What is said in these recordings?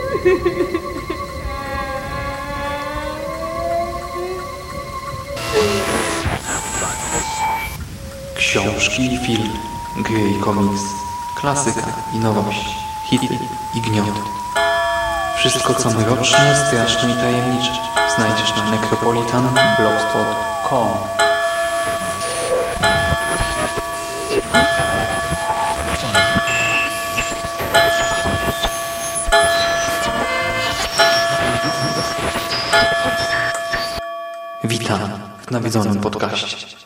Książki i film, gry i komiks, klasyka i nowość, hity i gnioty. Wszystko co mroczne, straszne i tajemnicze znajdziesz na necropolitanblogspot.com. Witam w nawiedzonym podcaście.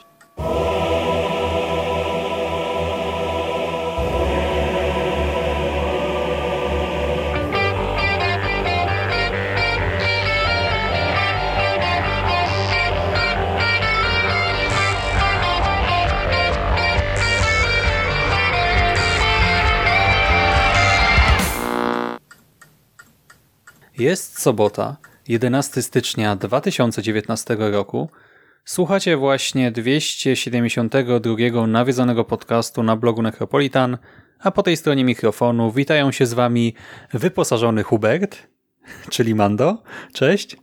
Jest sobota, 11 stycznia 2019 roku. Słuchacie właśnie 272 nawiedzonego podcastu na blogu Necropolitan, a po tej stronie mikrofonu witają się z wami wyposażony Hubert, czyli Mando. Cześć.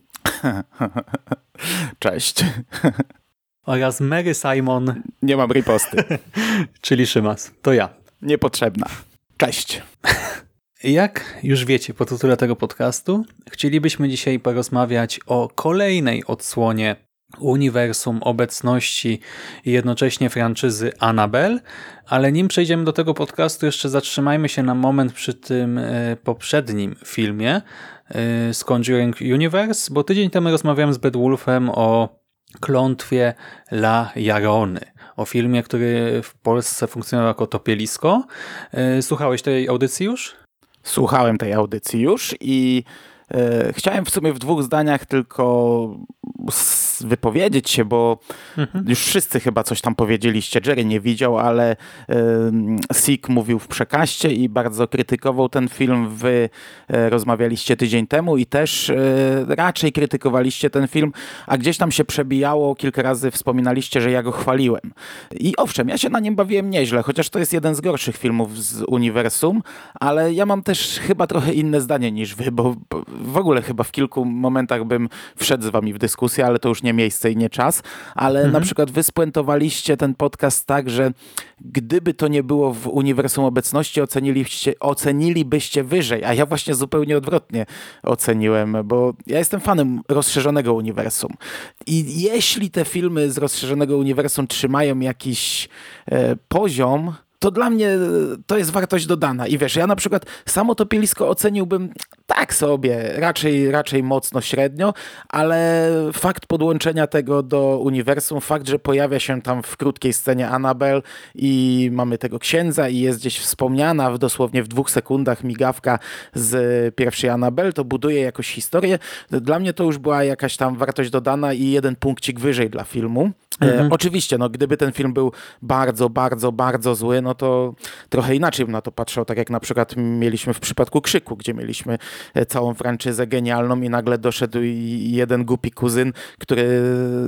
Cześć. Oraz Mary Simon. Nie mam riposty. Czyli Szymas. To ja. Niepotrzebna. Cześć. Jak już wiecie po tytule tego podcastu, chcielibyśmy dzisiaj porozmawiać o kolejnej odsłonie uniwersum obecności i jednocześnie franczyzy Annabelle, ale nim przejdziemy do tego podcastu, jeszcze zatrzymajmy się na moment przy tym poprzednim filmie z Conjuring Universe, bo tydzień temu rozmawiałem z Bedwulfem o Klątwie La Llorony, o filmie, który w Polsce funkcjonował jako topielisko. Słuchałeś tej audycji już? Słuchałem tej audycji już i chciałem w sumie w dwóch zdaniach tylko wypowiedzieć się, bo już wszyscy chyba coś tam powiedzieliście. Jerry nie widział, ale Sik mówił w przekaście i bardzo krytykował ten film. Wy rozmawialiście tydzień temu i też raczej krytykowaliście ten film, a gdzieś tam się przebijało, kilka razy wspominaliście, że ja go chwaliłem. I owszem, ja się na nim bawiłem nieźle, chociaż to jest jeden z gorszych filmów z uniwersum, ale ja mam też chyba trochę inne zdanie niż wy, bo w ogóle chyba w kilku momentach bym wszedł z wami w dyskusję, ale to już nie miejsce i nie czas, ale na przykład wy spuentowaliście ten podcast tak, że gdyby to nie było w uniwersum obecności, ocenilibyście wyżej, a ja właśnie zupełnie odwrotnie oceniłem, bo ja jestem fanem rozszerzonego uniwersum i jeśli te filmy z rozszerzonego uniwersum trzymają jakiś poziom, to dla mnie to jest wartość dodana. I wiesz, ja na przykład samo Topielisko oceniłbym tak sobie, raczej mocno średnio, ale fakt podłączenia tego do uniwersum, fakt, że pojawia się tam w krótkiej scenie Annabelle i mamy tego księdza i jest gdzieś wspomniana dosłownie w 2 sekundach migawka z pierwszej Annabelle, to buduje jakoś historię. Dla mnie to już była jakaś tam wartość dodana i jeden punkcik wyżej dla filmu. Oczywiście, no, gdyby ten film był bardzo zły, no to trochę inaczej bym na to patrzył, tak jak na przykład mieliśmy w przypadku Krzyku, gdzie mieliśmy całą franczyzę genialną i nagle doszedł jeden głupi kuzyn, który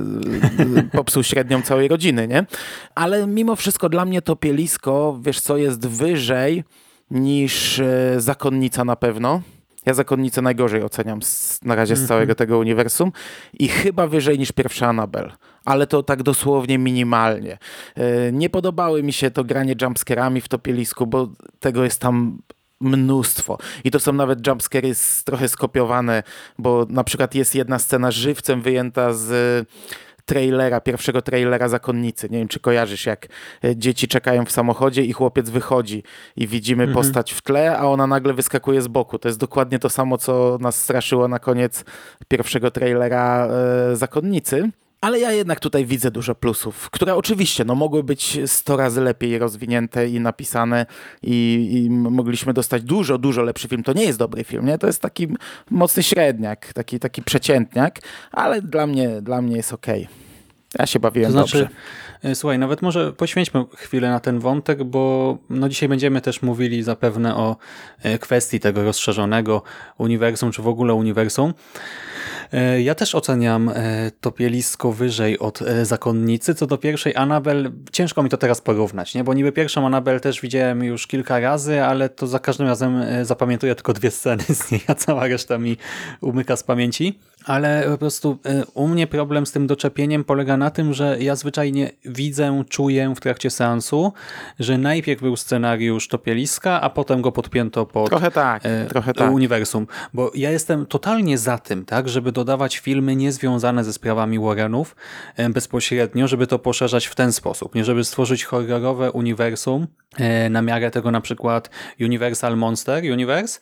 popsuł średnią całej rodziny, nie? Ale mimo wszystko dla mnie Topielisko, wiesz co, jest wyżej niż Zakonnica na pewno. Ja Zakonnicę najgorzej oceniam na razie z całego tego uniwersum i chyba wyżej niż pierwsza Annabelle, ale to tak dosłownie minimalnie. Nie podobały mi się to granie jumpscarami w Topielisku, bo tego jest tam mnóstwo. I to są nawet jumpscary trochę skopiowane, bo na przykład jest jedna scena żywcem wyjęta z pierwszego trailera Zakonnicy. Nie wiem, czy kojarzysz, jak dzieci czekają w samochodzie i chłopiec wychodzi i widzimy postać w tle, a ona nagle wyskakuje z boku. To jest dokładnie to samo, co nas straszyło na koniec pierwszego trailera Zakonnicy. Ale ja jednak tutaj widzę dużo plusów, które oczywiście mogły być 100 razy lepiej rozwinięte i napisane i mogliśmy dostać dużo lepszy film. To nie jest dobry film, nie? To jest taki mocny średniak, taki przeciętniak, ale dla mnie jest okej. Ja się bawiłem dobrze. Słuchaj, nawet może poświęćmy chwilę na ten wątek, bo dzisiaj będziemy też mówili zapewne o kwestii tego rozszerzonego uniwersum, czy w ogóle uniwersum. Ja też oceniam Topielisko wyżej od Zakonnicy. Co do pierwszej Annabelle, ciężko mi to teraz porównać, nie? Bo niby pierwszą Annabelle też widziałem już kilka razy, ale to za każdym razem zapamiętuję tylko 2 sceny z niej, a cała reszta mi umyka z pamięci. Ale po prostu u mnie problem z tym doczepieniem polega na tym, że ja zwyczajnie widzę, czuję w trakcie seansu, że najpierw był scenariusz Topieliska, a potem go podpięto pod Trochę tak. uniwersum. Bo ja jestem totalnie za tym, tak, żeby dodawać filmy niezwiązane ze sprawami Warrenów bezpośrednio, żeby to poszerzać w ten sposób, nie żeby stworzyć horrorowe uniwersum na miarę tego na przykład Universal Monster Universe.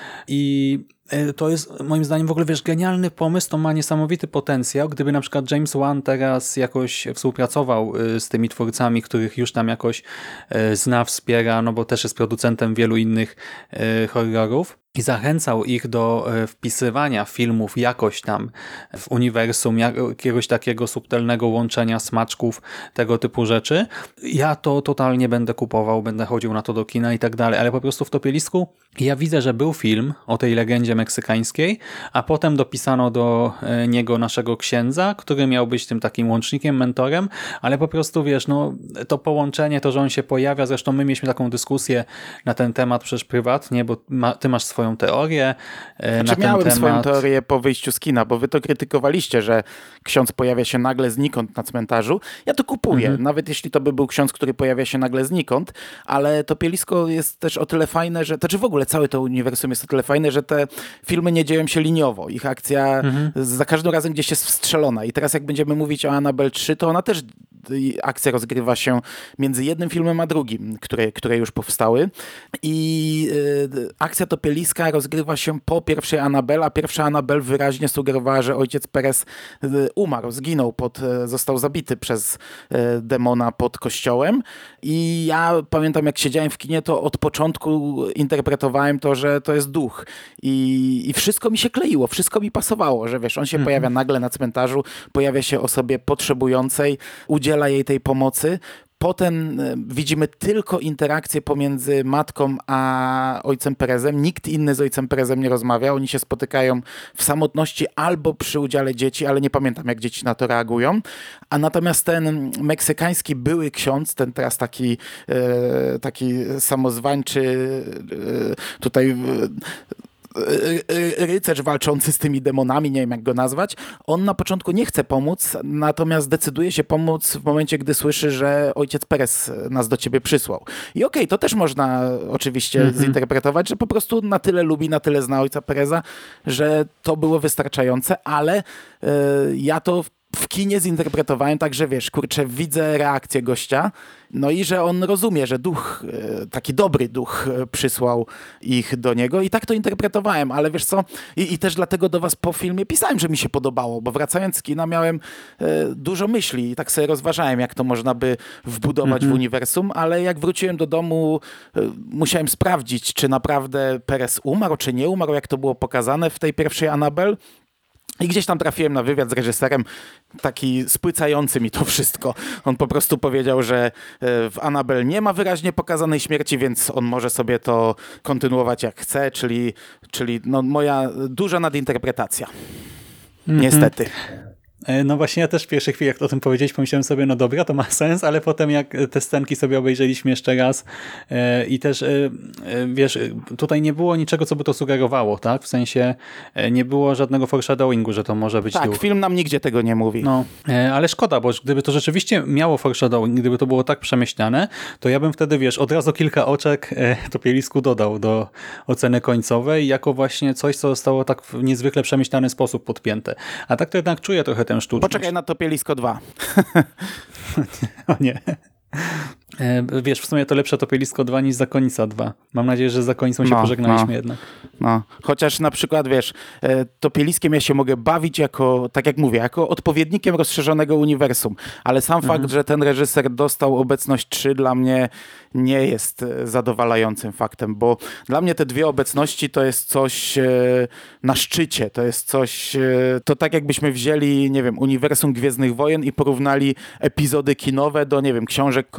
I to jest moim zdaniem w ogóle, wiesz, genialny pomysł, to ma niesamowity potencjał. Gdyby na przykład James Wan teraz jakoś współpracował z tymi twórcami, których już tam jakoś zna, wspiera, no bo też jest producentem wielu innych horrorów i zachęcał ich do wpisywania filmów jakoś tam w uniwersum, jakiegoś takiego subtelnego łączenia smaczków, tego typu rzeczy. Ja to totalnie będę kupował, będę chodził na to do kina i tak dalej, ale po prostu w Topielisku ja widzę, że był film o tej legendzie meksykańskiej, a potem dopisano do niego naszego księdza, który miał być tym takim łącznikiem, mentorem, ale po prostu wiesz, no to połączenie, to, że on się pojawia, zresztą my mieliśmy taką dyskusję na ten temat przecież prywatnie, bo ty masz swoją teorię na ten miałem temat. swoją teorię po wyjściu z kina, bo wy to krytykowaliście, że ksiądz pojawia się nagle znikąd na cmentarzu. Ja to kupuję, nawet jeśli to by był ksiądz, który pojawia się nagle znikąd, ale Topielisko jest też o tyle fajne, że, to czy w ogóle całe to uniwersum jest o tyle fajne, że te filmy nie dzieją się liniowo. Ich akcja za każdym razem gdzieś jest wstrzelona. I teraz jak będziemy mówić o Annabelle 3, to ona też akcja rozgrywa się między jednym filmem a drugim, które już powstały. I akcja Topieliska rozgrywa się po pierwszej Annabelle, a pierwsza Annabelle wyraźnie sugerowała, że ojciec Perez umarł, zginął, został zabity przez demona pod kościołem. I ja pamiętam, jak siedziałem w kinie, to od początku interpretowałem to, że to jest duch. I wszystko mi się kleiło, wszystko mi pasowało, że wiesz, on się pojawia nagle na cmentarzu, pojawia się osobie potrzebującej, udziela jej tej pomocy. Potem widzimy tylko interakcję pomiędzy matką a ojcem Perezem. Nikt inny z ojcem Perezem nie rozmawia. Oni się spotykają w samotności albo przy udziale dzieci, ale nie pamiętam, jak dzieci na to reagują. A natomiast ten meksykański były ksiądz, ten teraz taki samozwańczy tutaj rycerz walczący z tymi demonami, nie wiem jak go nazwać, on na początku nie chce pomóc, natomiast decyduje się pomóc w momencie, gdy słyszy, że ojciec Perez nas do ciebie przysłał. I okej, to też można oczywiście zinterpretować, że po prostu na tyle lubi, na tyle zna ojca Pereza, że to było wystarczające, ale ja to w kinie zinterpretowałem tak, że wiesz, kurczę, widzę reakcję gościa, no i że on rozumie, że duch, taki dobry duch przysłał ich do niego i tak to interpretowałem, ale wiesz co, i też dlatego do was po filmie pisałem, że mi się podobało, bo wracając z kina miałem dużo myśli i tak sobie rozważałem, jak to można by wbudować w uniwersum, ale jak wróciłem do domu, musiałem sprawdzić, czy naprawdę Perez umarł, czy nie umarł, jak to było pokazane w tej pierwszej Annabelle. I gdzieś tam trafiłem na wywiad z reżyserem, taki spłycający mi to wszystko. On po prostu powiedział, że w Annabelle nie ma wyraźnie pokazanej śmierci, więc on może sobie to kontynuować jak chce, czyli no moja duża nadinterpretacja. Niestety. No właśnie ja też w pierwszej chwili, jak o tym powiedzieć, pomyślałem sobie, no dobra, to ma sens, ale potem jak te scenki sobie obejrzeliśmy jeszcze raz i też, wiesz, tutaj nie było niczego, co by to sugerowało, tak? W sensie nie było żadnego foreshadowingu, że to może być tak, duch. film nam nigdzie tego nie mówi. No, ale szkoda, bo gdyby to rzeczywiście miało foreshadowing, gdyby to było tak przemyślane, to ja bym wtedy, wiesz, od razu kilka oczek Topielisku dodał do oceny końcowej, jako właśnie coś, co zostało tak w niezwykle przemyślany sposób podpięte. A tak to jednak czuję trochę tę sztuczność. Poczekaj na Topielisko 2. O nie. Wiesz, w sumie to lepsze Topielisko 2 niż Zakonnica 2. Mam nadzieję, że z Zakonnicą się pożegnaliśmy jednak. No, chociaż na przykład, wiesz, Topieliskiem ja się mogę bawić jako, tak jak mówię, jako odpowiednikiem rozszerzonego uniwersum, ale sam fakt, że ten reżyser dostał obecność 3 dla mnie nie jest zadowalającym faktem, bo dla mnie te 2 obecności to jest coś na szczycie, to jest coś, to tak jakbyśmy wzięli, nie wiem, uniwersum Gwiezdnych Wojen i porównali epizody kinowe do, nie wiem, książek, komiksów,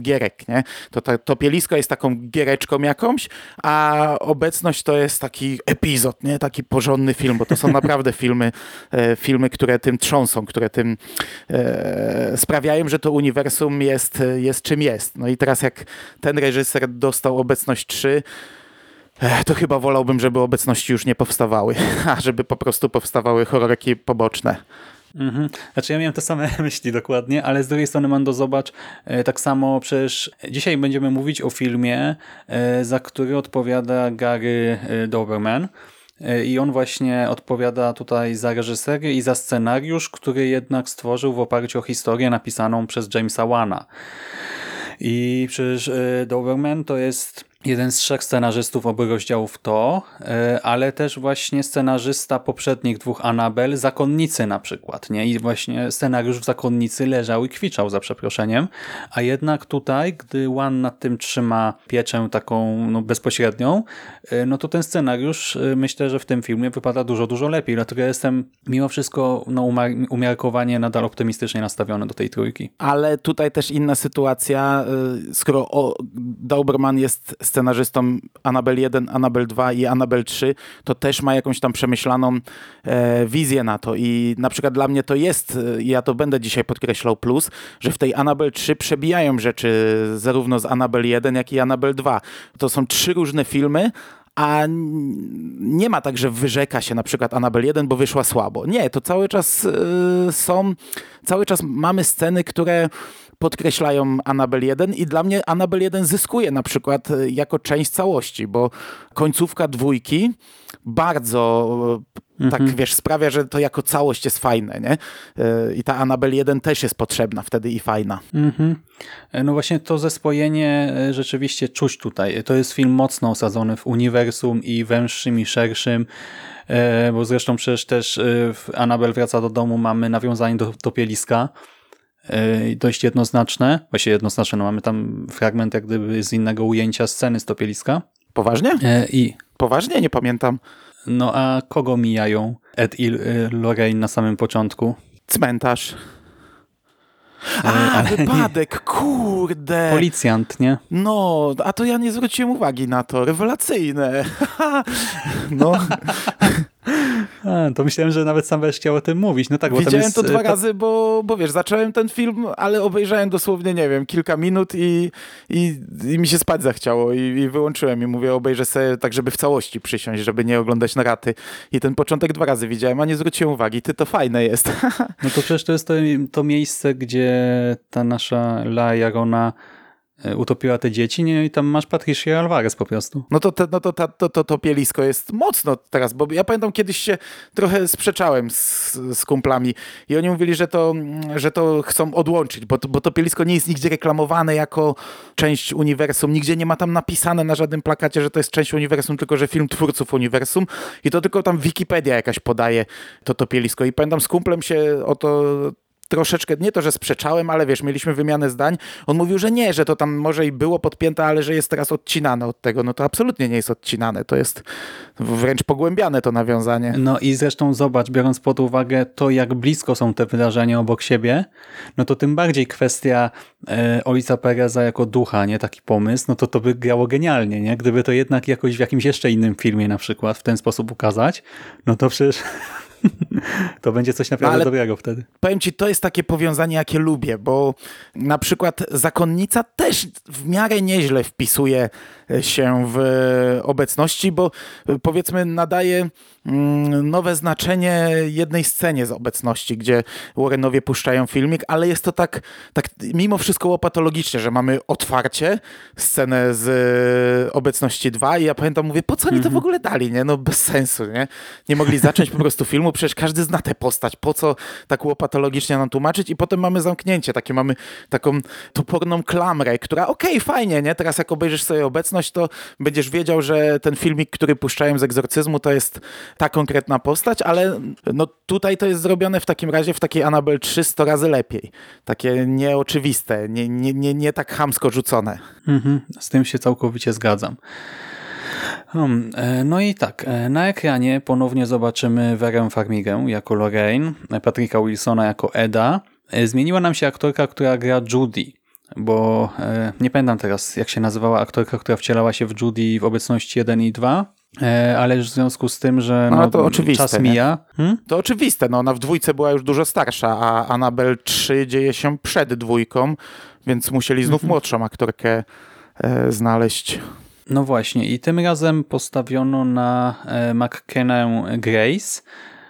milionów gierek, nie? To Topielisko jest taką giereczką jakąś, a Obecność to jest taki epizod, nie? Taki porządny film, bo to są naprawdę filmy, które tym trząsą, które tym sprawiają, że to uniwersum jest czym jest. No i teraz jak ten reżyser dostał Obecność 3, to chyba wolałbym, żeby Obecności już nie powstawały, a żeby po prostu powstawały horrorki poboczne. Znaczy ja miałem te same myśli dokładnie, ale z drugiej strony Mando, zobacz, tak samo przecież dzisiaj będziemy mówić o filmie, za który odpowiada Gary Dauberman i on właśnie odpowiada tutaj za reżyserię i za scenariusz, który jednak stworzył w oparciu o historię napisaną przez Jamesa Wana. I przecież Dauberman to jest jeden z 3 scenarzystów obu rozdziałów ale też właśnie scenarzysta poprzednich 2 Annabelle, Zakonnicy na przykład, nie? I właśnie scenariusz w Zakonnicy leżał i kwiczał, za przeproszeniem, a jednak tutaj, gdy Wan nad tym trzyma pieczę taką bezpośrednią, no to ten scenariusz myślę, że w tym filmie wypada dużo, dużo lepiej, dlatego ja jestem mimo wszystko umiarkowanie nadal optymistycznie nastawiony do tej trójki. Ale tutaj też inna sytuacja, skoro Dauberman jest scenarzystą Annabelle 1, Annabelle 2 i Annabelle 3, to też ma jakąś tam przemyślaną wizję na to i na przykład dla mnie to jest, ja to będę dzisiaj podkreślał plus, że w tej Annabelle 3 przebijają rzeczy zarówno z Annabelle 1, jak i Annabelle 2. To są 3 różne filmy, a nie ma tak, że wyrzeka się na przykład Annabelle 1, bo wyszła słabo. Nie, to cały czas mamy sceny, które podkreślają Annabelle 1 i dla mnie Annabelle 1 zyskuje na przykład jako część całości, bo końcówka 2 bardzo tak, wiesz, sprawia, że to jako całość jest fajne, nie? I ta Annabelle 1 też jest potrzebna wtedy i fajna. No właśnie to zespojenie rzeczywiście czuć tutaj. To jest film mocno osadzony w uniwersum i węższym i szerszym, bo zresztą przecież też w Annabelle wraca do domu mamy nawiązanie do Topieliska, dość jednoznaczne, właściwie jednoznaczne, no mamy tam fragment jak gdyby z innego ujęcia sceny z Topieliska. Poważnie? Poważnie? Nie pamiętam. No a kogo mijają Ed i Lorraine na samym początku? Cmentarz. Wypadek, kurde. Policjant, nie? No, a to ja nie zwróciłem uwagi na to. Rewelacyjne. No. To myślałem, że nawet sam będziesz chciał o tym mówić. No tak, bo widziałem jest, to 2 razy, bo wiesz, zacząłem ten film, ale obejrzałem dosłownie, nie wiem, kilka minut i mi się spać zachciało i wyłączyłem i mówię, obejrzę sobie tak, żeby w całości przysiąść, żeby nie oglądać na raty. I ten początek 2 razy widziałem, a nie zwróciłem uwagi. To fajne jest. No to przecież to jest to miejsce, gdzie ta nasza La Jarona utopiła te dzieci, nie? I tam masz Patricia Alvarez po prostu. No to Topielisko jest mocno teraz, bo ja pamiętam kiedyś się trochę sprzeczałem z kumplami i oni mówili, że to chcą odłączyć, bo Topielisko nie jest nigdzie reklamowane jako część uniwersum, nigdzie nie ma tam napisane na żadnym plakacie, że to jest część uniwersum, tylko że film twórców uniwersum i to tylko tam Wikipedia jakaś podaje to Topielisko i pamiętam z kumplem się o to troszeczkę, nie to, że sprzeczałem, ale wiesz, mieliśmy wymianę zdań. On mówił, że nie, że to tam może i było podpięte, ale że jest teraz odcinane od tego. No to absolutnie nie jest odcinane. To jest wręcz pogłębiane to nawiązanie. No i zresztą zobacz, biorąc pod uwagę to, jak blisko są te wydarzenia obok siebie, no to tym bardziej kwestia ojca Pereza jako ducha, nie? Taki pomysł, no to by grało genialnie, nie? Gdyby to jednak jakoś w jakimś jeszcze innym filmie na przykład w ten sposób ukazać, no to przecież to będzie coś naprawdę dobrego wtedy. Powiem ci, to jest takie powiązanie, jakie lubię, bo na przykład Zakonnica też w miarę nieźle wpisuje się w Obecności, bo powiedzmy nadaje nowe znaczenie jednej scenie z Obecności, gdzie Warrenowie puszczają filmik, ale jest to tak mimo wszystko łopatologicznie, że mamy otwarcie, scenę z Obecności 2 i ja pamiętam, mówię, po co oni to w ogóle dali, nie? No bez sensu, nie? Nie mogli zacząć po prostu filmu, przecież każdy zna tę postać, po co tak łopatologicznie nam tłumaczyć i potem mamy zamknięcie, mamy taką toporną klamrę, która okej, fajnie, nie? Teraz jak obejrzysz sobie Obecność, to będziesz wiedział, że ten filmik, który puszczają z Egzorcyzmu, to jest ta konkretna postać, ale no tutaj to jest zrobione w takim razie w takiej Annabelle 3 100 razy lepiej. Takie nieoczywiste, nie tak chamsko rzucone. Z tym się całkowicie zgadzam. No i tak, na ekranie ponownie zobaczymy Verę Farmigę jako Lorraine, Patricka Wilsona jako Eda. Zmieniła nam się aktorka, która gra Judy. bo nie pamiętam teraz, jak się nazywała aktorka, która wcielała się w Judy w obecności 1 i 2, ale już w związku z tym, że to oczywiste, czas mija. To oczywiste, ona w 2 była już dużo starsza, a Annabelle 3 dzieje się przed 2, więc musieli znów młodszą aktorkę znaleźć. No właśnie, i tym razem postawiono na McKennę Grace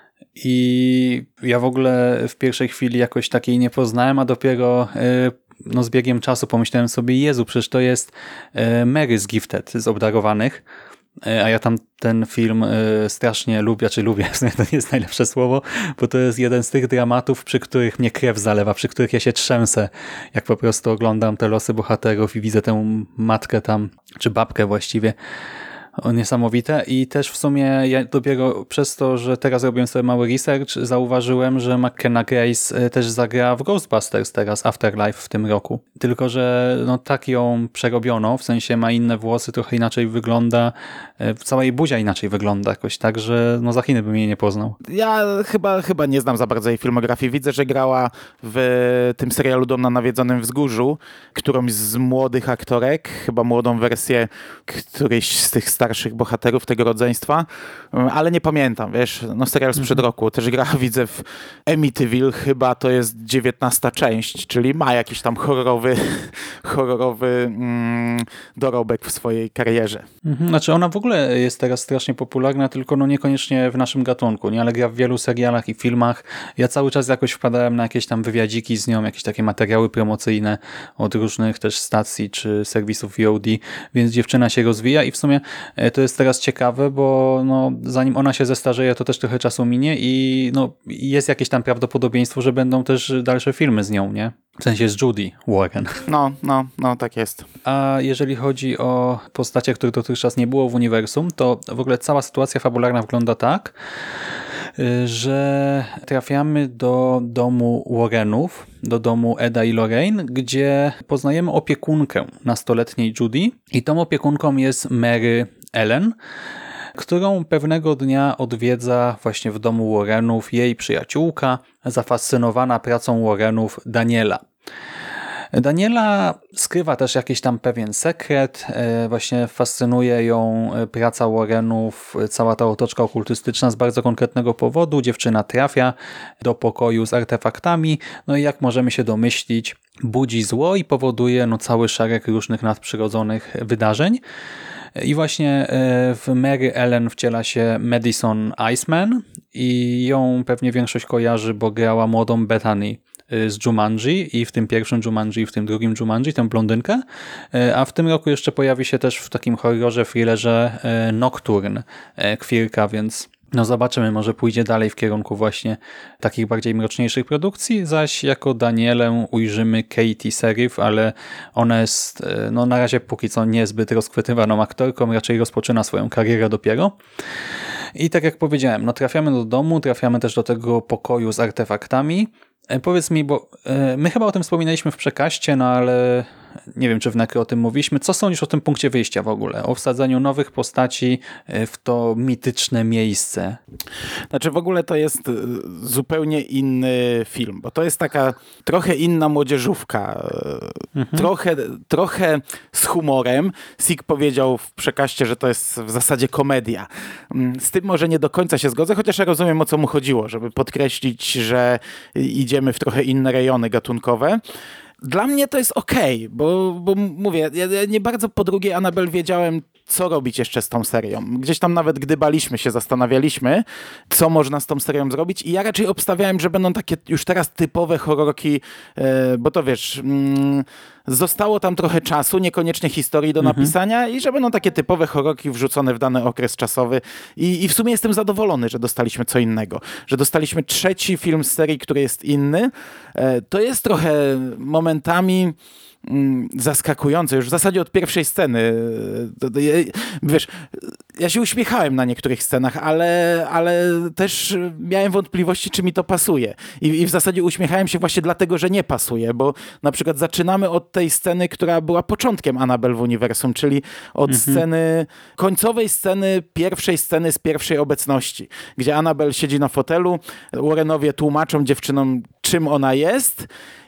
i ja w ogóle w pierwszej chwili jakoś takiej nie poznałem, a dopiero z biegiem czasu pomyślałem sobie, Jezu, przecież to jest Mary z Gifted, z Obdarowanych, a ja tam ten film strasznie lubię, to nie jest najlepsze słowo, bo to jest jeden z tych dramatów, przy których mnie krew zalewa, przy których ja się trzęsę, jak po prostu oglądam te losy bohaterów i widzę tę matkę tam, czy babkę właściwie. Niesamowite i też w sumie ja dopiero przez to, że teraz robiłem sobie mały research, zauważyłem, że McKenna Grace też zagra w Ghostbusters teraz, Afterlife w tym roku. Tylko, że tak ją przerobiono, w sensie ma inne włosy, trochę inaczej wygląda, cała jej buzia inaczej wygląda jakoś, tak, że za Chiny bym jej nie poznał. Ja chyba nie znam za bardzo jej filmografii. Widzę, że grała w tym serialu Dom na nawiedzonym wzgórzu, którąś z młodych aktorek, chyba młodą wersję którejś z tych starszych bohaterów tego rodzeństwa, ale nie pamiętam, wiesz, serial sprzed roku. Też gra, widzę, w Amityville, chyba to jest 19. część, czyli ma jakiś tam horrorowy dorobek w swojej karierze. Znaczy ona w ogóle jest teraz strasznie popularna, tylko niekoniecznie w naszym gatunku, nie? Ale gra w wielu serialach i filmach. Ja cały czas jakoś wpadałem na jakieś tam wywiadziki z nią, jakieś takie materiały promocyjne od różnych też stacji czy serwisów VOD, więc dziewczyna się rozwija i w sumie to jest teraz ciekawe, bo zanim ona się zestarzeje, to też trochę czasu minie i jest jakieś tam prawdopodobieństwo, że będą też dalsze filmy z nią, nie? W sensie z Judy Warren. No, tak jest. A jeżeli chodzi o postacie, których dotychczas nie było w uniwersum, to w ogóle cała sytuacja fabularna wygląda tak, że trafiamy do domu Warrenów, do domu Eda i Lorraine, gdzie poznajemy opiekunkę nastoletniej Judy i tą opiekunką jest Mary Ellen, którą pewnego dnia odwiedza właśnie w domu Warrenów jej przyjaciółka, zafascynowana pracą Warrenów Daniela. Daniela skrywa też jakiś tam pewien sekret, właśnie fascynuje ją praca Warrenów, cała ta otoczka okultystyczna z bardzo konkretnego powodu. Dziewczyna trafia do pokoju z artefaktami, i jak możemy się domyślić, budzi zło i powoduje cały szereg różnych nadprzyrodzonych wydarzeń. I właśnie w Mary Ellen wciela się Madison Iceman i ją pewnie większość kojarzy, bo grała młodą Bethany z Jumanji i w tym pierwszym Jumanji i w tym drugim Jumanji, tę blondynkę, a w tym roku jeszcze pojawi się też w takim horrorze, thrillerze Nocturne, Kwirka, więc zobaczymy, może pójdzie dalej w kierunku właśnie takich bardziej mroczniejszych produkcji, zaś jako Danielę ujrzymy Katie Serif, ale ona jest na razie póki co niezbyt rozchwytywaną aktorką, raczej rozpoczyna swoją karierę dopiero. I tak jak powiedziałem, trafiamy do domu, trafiamy też do tego pokoju z artefaktami. Powiedz mi, bo my chyba o tym wspominaliśmy w przekaście, ale nie wiem, czy w Nekro o tym mówiliśmy. Co sądzisz o tym punkcie wyjścia w ogóle? O wsadzeniu nowych postaci w to mityczne miejsce? Znaczy w ogóle to jest zupełnie inny film, bo to jest taka trochę inna młodzieżówka. Trochę z humorem. Sik powiedział w przekaście, że to jest w zasadzie komedia. Z tym może nie do końca się zgodzę, chociaż ja rozumiem, o co mu chodziło, żeby podkreślić, że idziemy w trochę inne rejony gatunkowe. Dla mnie to jest okej, bo mówię, ja nie bardzo po drugiej Annabelle wiedziałem, co robić jeszcze z tą serią. Gdzieś tam nawet gdybaliśmy się, zastanawialiśmy, co można z tą serią zrobić i ja raczej obstawiałem, że będą takie już teraz typowe horrorki, bo to wiesz, zostało tam trochę czasu, niekoniecznie historii do napisania i że będą takie typowe horrorki wrzucone w dany okres czasowy i w sumie jestem zadowolony, że dostaliśmy co innego, że dostaliśmy trzeci film z serii, który jest inny. To jest trochę momentami zaskakujące, już w zasadzie od pierwszej sceny. Wiesz, ja się uśmiechałem na niektórych scenach, ale też miałem wątpliwości, czy mi to pasuje. I w zasadzie uśmiechałem się właśnie dlatego, że nie pasuje, bo na przykład zaczynamy od tej sceny, która była początkiem Annabelle w uniwersum, czyli od sceny, końcowej sceny, pierwszej sceny z pierwszej obecności, gdzie Annabelle siedzi na fotelu, Warrenowie tłumaczą dziewczynom, czym ona jest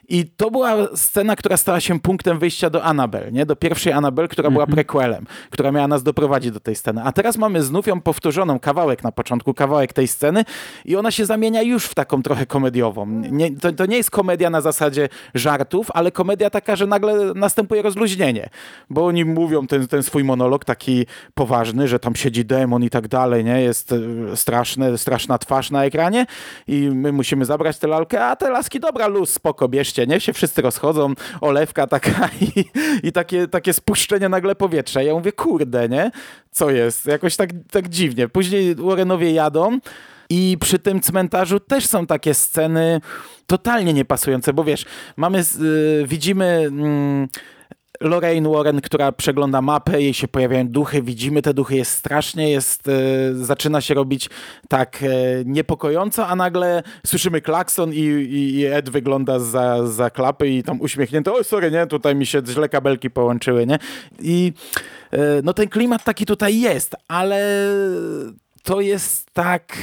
I to była scena, która stała się punktem wyjścia do Annabelle, nie? Do pierwszej Annabelle, która była prequelem, która miała nas doprowadzić do tej sceny. A teraz mamy znów ją powtórzoną, kawałek na początku, kawałek tej sceny i ona się zamienia już w taką trochę komediową. To nie jest komedia na zasadzie żartów, ale komedia taka, że nagle następuje rozluźnienie. Bo oni mówią ten swój monolog taki poważny, że tam siedzi demon i tak dalej, nie? Jest straszna twarz na ekranie i my musimy zabrać tę lalkę, a te laski, dobra, luz, spoko, bierzcie, nie? Się wszyscy rozchodzą, olewka taka i takie spuszczenie nagle powietrza. Ja mówię, kurde, nie? Co jest? Jakoś tak dziwnie. Później Warrenowie jadą i przy tym cmentarzu też są takie sceny totalnie niepasujące, bo wiesz, widzimy Lorraine Warren, która przegląda mapę, jej się pojawiają duchy, widzimy te duchy, jest strasznie, zaczyna się robić tak niepokojąco, a nagle słyszymy klakson i Ed wygląda za klapy i tam uśmiechnięty, oj sorry, nie, tutaj mi się źle kabelki połączyły, nie? I no ten klimat taki tutaj jest, ale to jest tak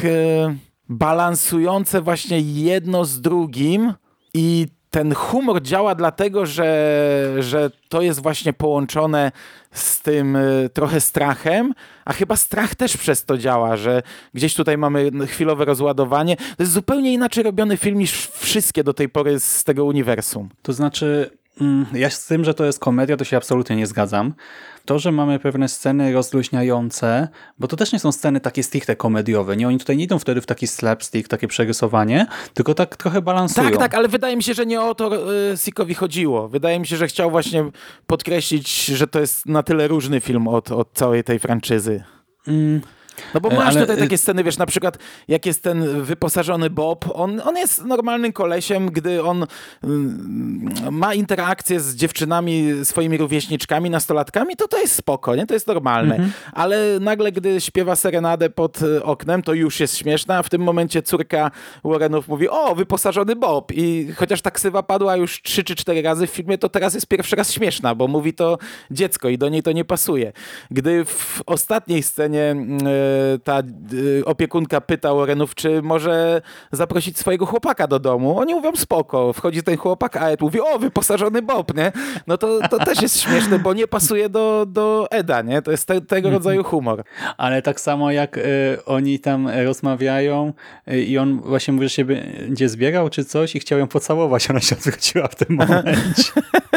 balansujące właśnie jedno z drugim i ten humor działa dlatego, że to jest właśnie połączone z tym trochę strachem, a chyba strach też przez to działa, że gdzieś tutaj mamy chwilowe rozładowanie. To jest zupełnie inaczej robiony film niż wszystkie do tej pory z tego uniwersum. To znaczy, ja z tym, że to jest komedia, to się absolutnie nie zgadzam. To, że mamy pewne sceny rozluźniające, bo to też nie są sceny takie stricte komediowe, nie? Oni tutaj nie idą wtedy w taki slapstick, takie przerysowanie, tylko tak trochę balansują. Tak, ale wydaje mi się, że nie o to Sickowi chodziło. Wydaje mi się, że chciał właśnie podkreślić, że to jest na tyle różny film od całej tej franczyzy. No bo masz tutaj takie sceny, wiesz, na przykład jak jest ten wyposażony Bob, on jest normalnym kolesiem, gdy on ma interakcję z dziewczynami, swoimi rówieśniczkami, nastolatkami, to jest spoko, nie? To jest normalne. Ale nagle, gdy śpiewa serenadę pod oknem, to już jest śmieszne, a w tym momencie córka Warrenów mówi, o, wyposażony Bob. I chociaż ta ksywa padła już 3 czy 4 razy w filmie, to teraz jest pierwszy raz śmieszna, bo mówi to dziecko i do niej to nie pasuje. Gdy w ostatniej scenie ta opiekunka pyta Warrenów, czy może zaprosić swojego chłopaka do domu. Oni mówią spoko. Wchodzi ten chłopak, a Ed mówi, o, wyposażony Bob, nie? No to też jest śmieszne, bo nie pasuje do Eda, nie? To jest tego rodzaju humor. Ale tak samo jak oni tam rozmawiają i on właśnie mówi, że się będzie zbierał czy coś i chciał ją pocałować. Ona się odwróciła w tym momencie.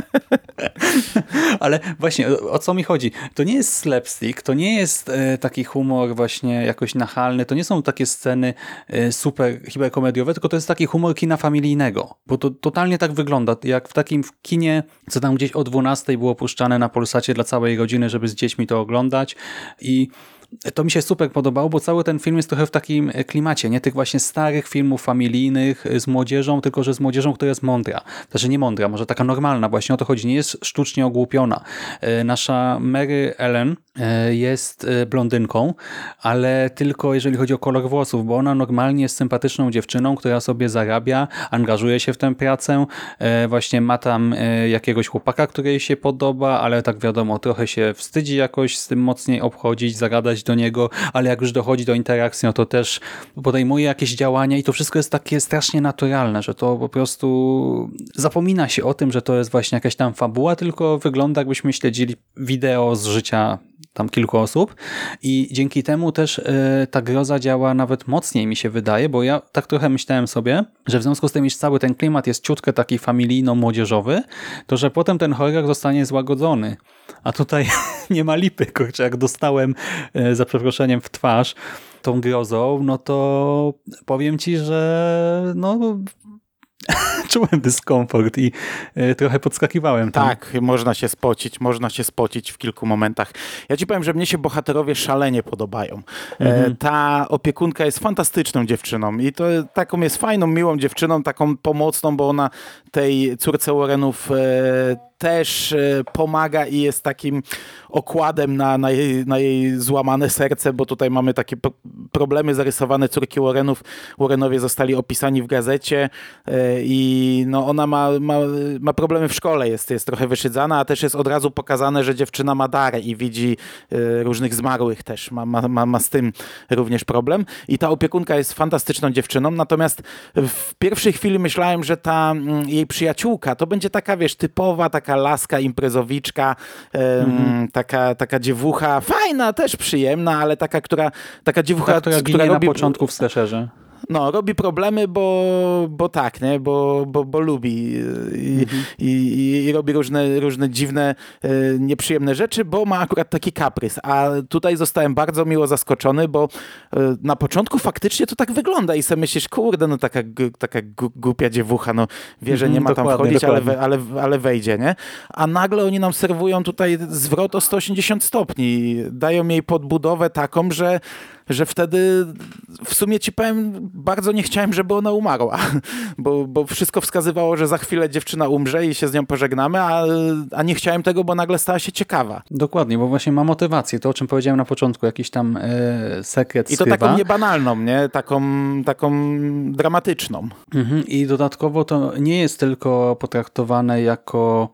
Ale właśnie, o co mi chodzi? To nie jest slapstick, to nie jest taki humor właśnie jakoś nachalny, to nie są takie sceny super hiperkomediowe, tylko to jest taki humor kina familijnego, bo to totalnie tak wygląda, jak w takim kinie, co tam gdzieś o 12 było puszczane na Polsacie dla całej rodziny, żeby z dziećmi to oglądać i to mi się super podobało, bo cały ten film jest trochę w takim klimacie, nie tych właśnie starych filmów familijnych z młodzieżą, tylko że z młodzieżą, która jest mądra. Znaczy nie mądra, może taka normalna, właśnie o to chodzi, nie jest sztucznie ogłupiona. Nasza Mary Ellen jest blondynką, ale tylko jeżeli chodzi o kolor włosów, bo ona normalnie jest sympatyczną dziewczyną, która sobie zarabia, angażuje się w tę pracę, właśnie ma tam jakiegoś chłopaka, który jej się podoba, ale tak wiadomo, trochę się wstydzi jakoś z tym mocniej obchodzić, zagadać do niego, ale jak już dochodzi do interakcji, no to też podejmuje jakieś działania i to wszystko jest takie strasznie naturalne, że to po prostu zapomina się o tym, że to jest właśnie jakaś tam fabuła, tylko wygląda jakbyśmy śledzili wideo z życia tam kilku osób i dzięki temu też ta groza działa nawet mocniej, mi się wydaje, bo ja tak trochę myślałem sobie, że w związku z tym, iż cały ten klimat jest ciutkę taki familijno-młodzieżowy, to że potem ten horror zostanie złagodzony. A tutaj nie ma lipy, kurczę, jak dostałem za przeproszeniem w twarz tą grozą, no to powiem ci, że no czułem dyskomfort i trochę podskakiwałem tam. Tak, można się spocić w kilku momentach. Ja ci powiem, że mnie się bohaterowie szalenie podobają. Ta opiekunka jest fantastyczną dziewczyną i to taką jest fajną, miłą dziewczyną, taką pomocną, bo ona tej córce Warrenów też pomaga i jest takim okładem na jej złamane serce, bo tutaj mamy takie problemy zarysowane córki Warrenów. Warrenowie zostali opisani w gazecie i no ona ma problemy w szkole, jest trochę wyszydzana, a też jest od razu pokazane, że dziewczyna ma dar i widzi różnych zmarłych też. Ma z tym również problem. I ta opiekunka jest fantastyczną dziewczyną, natomiast w pierwszej chwili myślałem, że ta jej przyjaciółka to będzie taka, wiesz, typowa taka laska, imprezowiczka, taka dziewucha, fajna, też przyjemna, ale taka dziewucha, która ginie na początku w slasherze. No, robi problemy, bo tak, nie? Bo lubi i robi różne dziwne, nieprzyjemne rzeczy, bo ma akurat taki kaprys. A tutaj zostałem bardzo miło zaskoczony, bo na początku faktycznie to tak wygląda i sobie myślisz, kurde, no taka głupia dziewucha, no wie, że nie ma tam wchodzić, ale wejdzie, nie? A nagle oni nam serwują tutaj zwrot o 180 stopni. Dają jej podbudowę taką, że wtedy w sumie ci powiem, bardzo nie chciałem, żeby ona umarła, bo wszystko wskazywało, że za chwilę dziewczyna umrze i się z nią pożegnamy, a nie chciałem tego, bo nagle stała się ciekawa. Dokładnie, bo właśnie ma motywację, to o czym powiedziałem na początku, jakiś tam sekret I to skrywa. taką niebanalną, nie? Taką dramatyczną. I dodatkowo to nie jest tylko potraktowane jako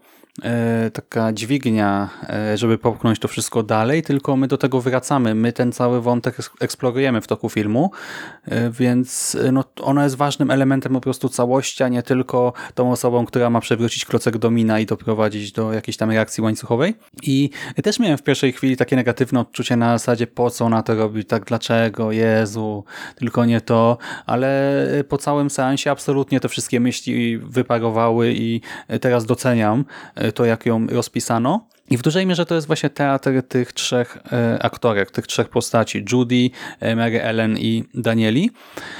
taka dźwignia, żeby popchnąć to wszystko dalej, tylko my do tego wracamy. My ten cały wątek eksplorujemy w toku filmu, więc no, ona jest ważnym elementem po prostu całości, a nie tylko tą osobą, która ma przewrócić klocek domina i doprowadzić do jakiejś tam reakcji łańcuchowej. I też miałem w pierwszej chwili takie negatywne odczucie na zasadzie, po co ona to robi, tak dlaczego, Jezu, tylko nie to, ale po całym seansie absolutnie te wszystkie myśli wyparowały i teraz doceniam to, jak ją rozpisano. I w dużej mierze to jest właśnie teatr tych trzech aktorek, tych trzech postaci, Judy, Mary Ellen i Danieli.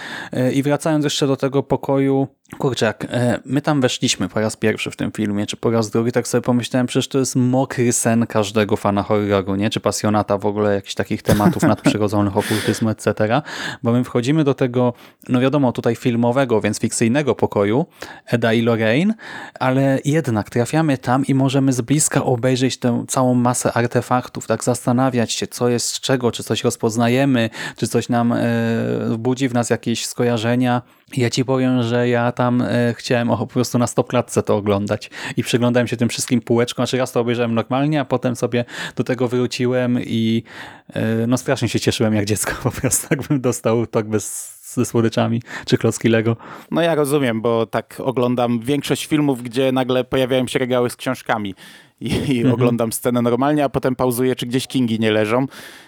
I wracając jeszcze do tego pokoju, kurczę, jak my tam weszliśmy po raz pierwszy w tym filmie, czy po raz drugi, tak sobie pomyślałem, przecież to jest mokry sen każdego fana horroru, nie? Czy pasjonata w ogóle jakichś takich tematów nadprzyrodzonych, okultyzmu, etc. Bo my wchodzimy do tego, no wiadomo, tutaj filmowego, więc fikcyjnego pokoju Eda i Lorraine, ale jednak trafiamy tam i możemy z bliska obejrzeć tę całą masę artefaktów, tak zastanawiać się, co jest z czego, czy coś rozpoznajemy, czy coś nam budzi w nas jakieś skojarzenia. Ja ci powiem, że ja tam chciałem po prostu na stopklatce to oglądać i przyglądałem się tym wszystkim półeczkom, znaczy raz to obejrzałem normalnie, a potem sobie do tego wróciłem i no strasznie się cieszyłem jak dziecko po prostu, jakbym dostał tak ze słodyczami, czy klocki Lego. No ja rozumiem, bo tak oglądam większość filmów, gdzie nagle pojawiają się regały z książkami i oglądam scenę normalnie, a potem pauzuję, czy gdzieś Kingi nie leżą.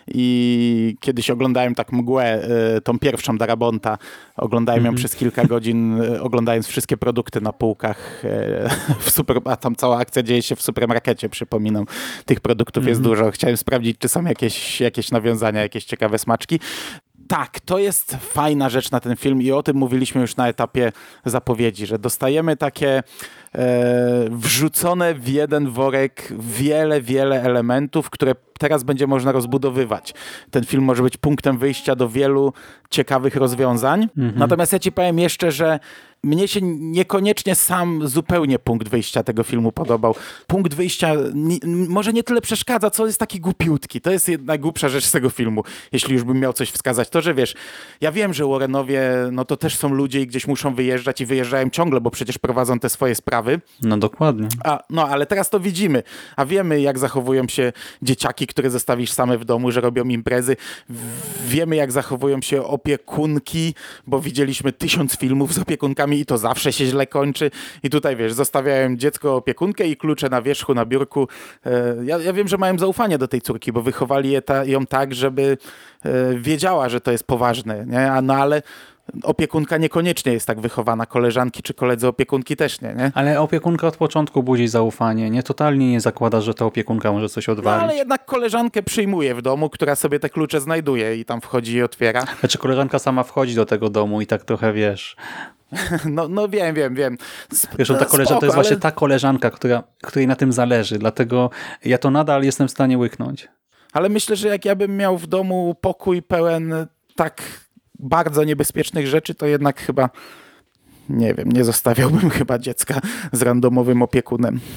I kiedyś oglądałem tak Mgłę, tą pierwszą Darabonta. Oglądałem ją przez kilka godzin, oglądając wszystkie produkty na półkach. A tam cała akcja dzieje się w supermarkecie, przypominam. Tych produktów jest dużo. Chciałem sprawdzić, czy są jakieś nawiązania, jakieś ciekawe smaczki. Tak, to jest fajna rzecz na ten film i o tym mówiliśmy już na etapie zapowiedzi, że dostajemy takie wrzucone w jeden worek wiele elementów, które teraz będzie można rozbudowywać. Ten film może być punktem wyjścia do wielu ciekawych rozwiązań. Natomiast ja ci powiem jeszcze, że mnie się niekoniecznie sam zupełnie punkt wyjścia tego filmu podobał. Punkt wyjścia może nie tyle przeszkadza, co jest taki głupiutki. To jest najgłupsza rzecz z tego filmu, jeśli już bym miał coś wskazać. To, że wiesz, ja wiem, że Warrenowie, no to też są ludzie i gdzieś muszą wyjeżdżać i wyjeżdżają ciągle, bo przecież prowadzą te swoje sprawy. No dokładnie. Ale teraz to widzimy, a wiemy, jak zachowują się dzieciaki, które zostawisz same w domu, że robią imprezy. Wiemy, jak zachowują się opiekunki, bo widzieliśmy 1000 filmów z opiekunkami i to zawsze się źle kończy. I tutaj, wiesz, zostawiałem dziecko, opiekunkę i klucze na wierzchu, na biurku. Ja wiem, że mają zaufanie do tej córki, bo wychowali ją tak, żeby wiedziała, że to jest poważne, nie? Ale opiekunka niekoniecznie jest tak wychowana, koleżanki czy koledzy opiekunki też nie? Ale opiekunka od początku budzi zaufanie, nie? Totalnie nie zakłada, że ta opiekunka może coś odwalić. No ale jednak koleżankę przyjmuje w domu, która sobie te klucze znajduje i tam wchodzi i otwiera. Znaczy koleżanka sama wchodzi do tego domu i tak trochę, wiesz... No wiem. Wiesz, ta koleżanka to jest właśnie ta koleżanka, której na tym zależy, dlatego ja to nadal jestem w stanie łyknąć. Ale myślę, że jak ja bym miał w domu pokój pełen tak bardzo niebezpiecznych rzeczy, to jednak chyba, nie wiem, nie zostawiałbym chyba dziecka z randomowym opiekunem.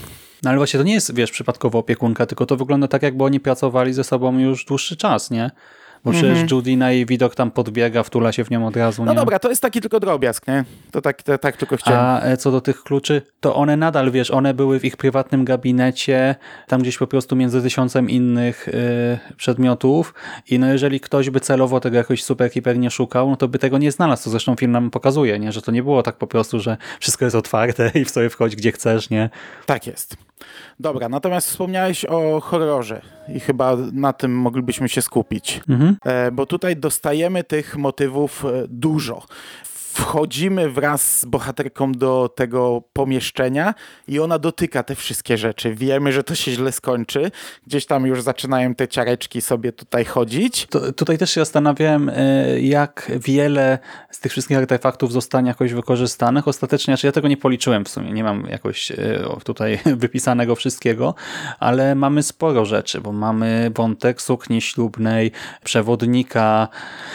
No ale właśnie to nie jest, wiesz, przypadkowo opiekunka, tylko to wygląda tak, jakby oni pracowali ze sobą już dłuższy czas, nie? Bo przecież Judy na jej widok tam podbiega, wtula się w nią od razu, No nie? dobra, to jest taki tylko drobiazg, nie? To tak tylko chciałem. A co do tych kluczy, to one nadal, wiesz, one były w ich prywatnym gabinecie, tam gdzieś po prostu między 1000 innych przedmiotów i no jeżeli ktoś by celowo tego jakoś super, hiper nie szukał, no to by tego nie znalazł, co zresztą film nam pokazuje, nie? Że to nie było tak po prostu, że wszystko jest otwarte i w sobie wchodź gdzie chcesz, nie? Tak jest. Dobra, natomiast wspomniałeś o horrorze i chyba na tym moglibyśmy się skupić, bo tutaj dostajemy tych motywów dużo. Wchodzimy wraz z bohaterką do tego pomieszczenia i ona dotyka te wszystkie rzeczy. Wiemy, że to się źle skończy. Gdzieś tam już zaczynają te ciareczki sobie tutaj chodzić. Tutaj też się zastanawiałem, jak wiele z tych wszystkich artefaktów zostanie jakoś wykorzystanych. Ostatecznie, znaczy ja tego nie policzyłem w sumie, nie mam jakoś tutaj wypisanego wszystkiego, ale mamy sporo rzeczy, bo mamy wątek sukni ślubnej, przewodnika,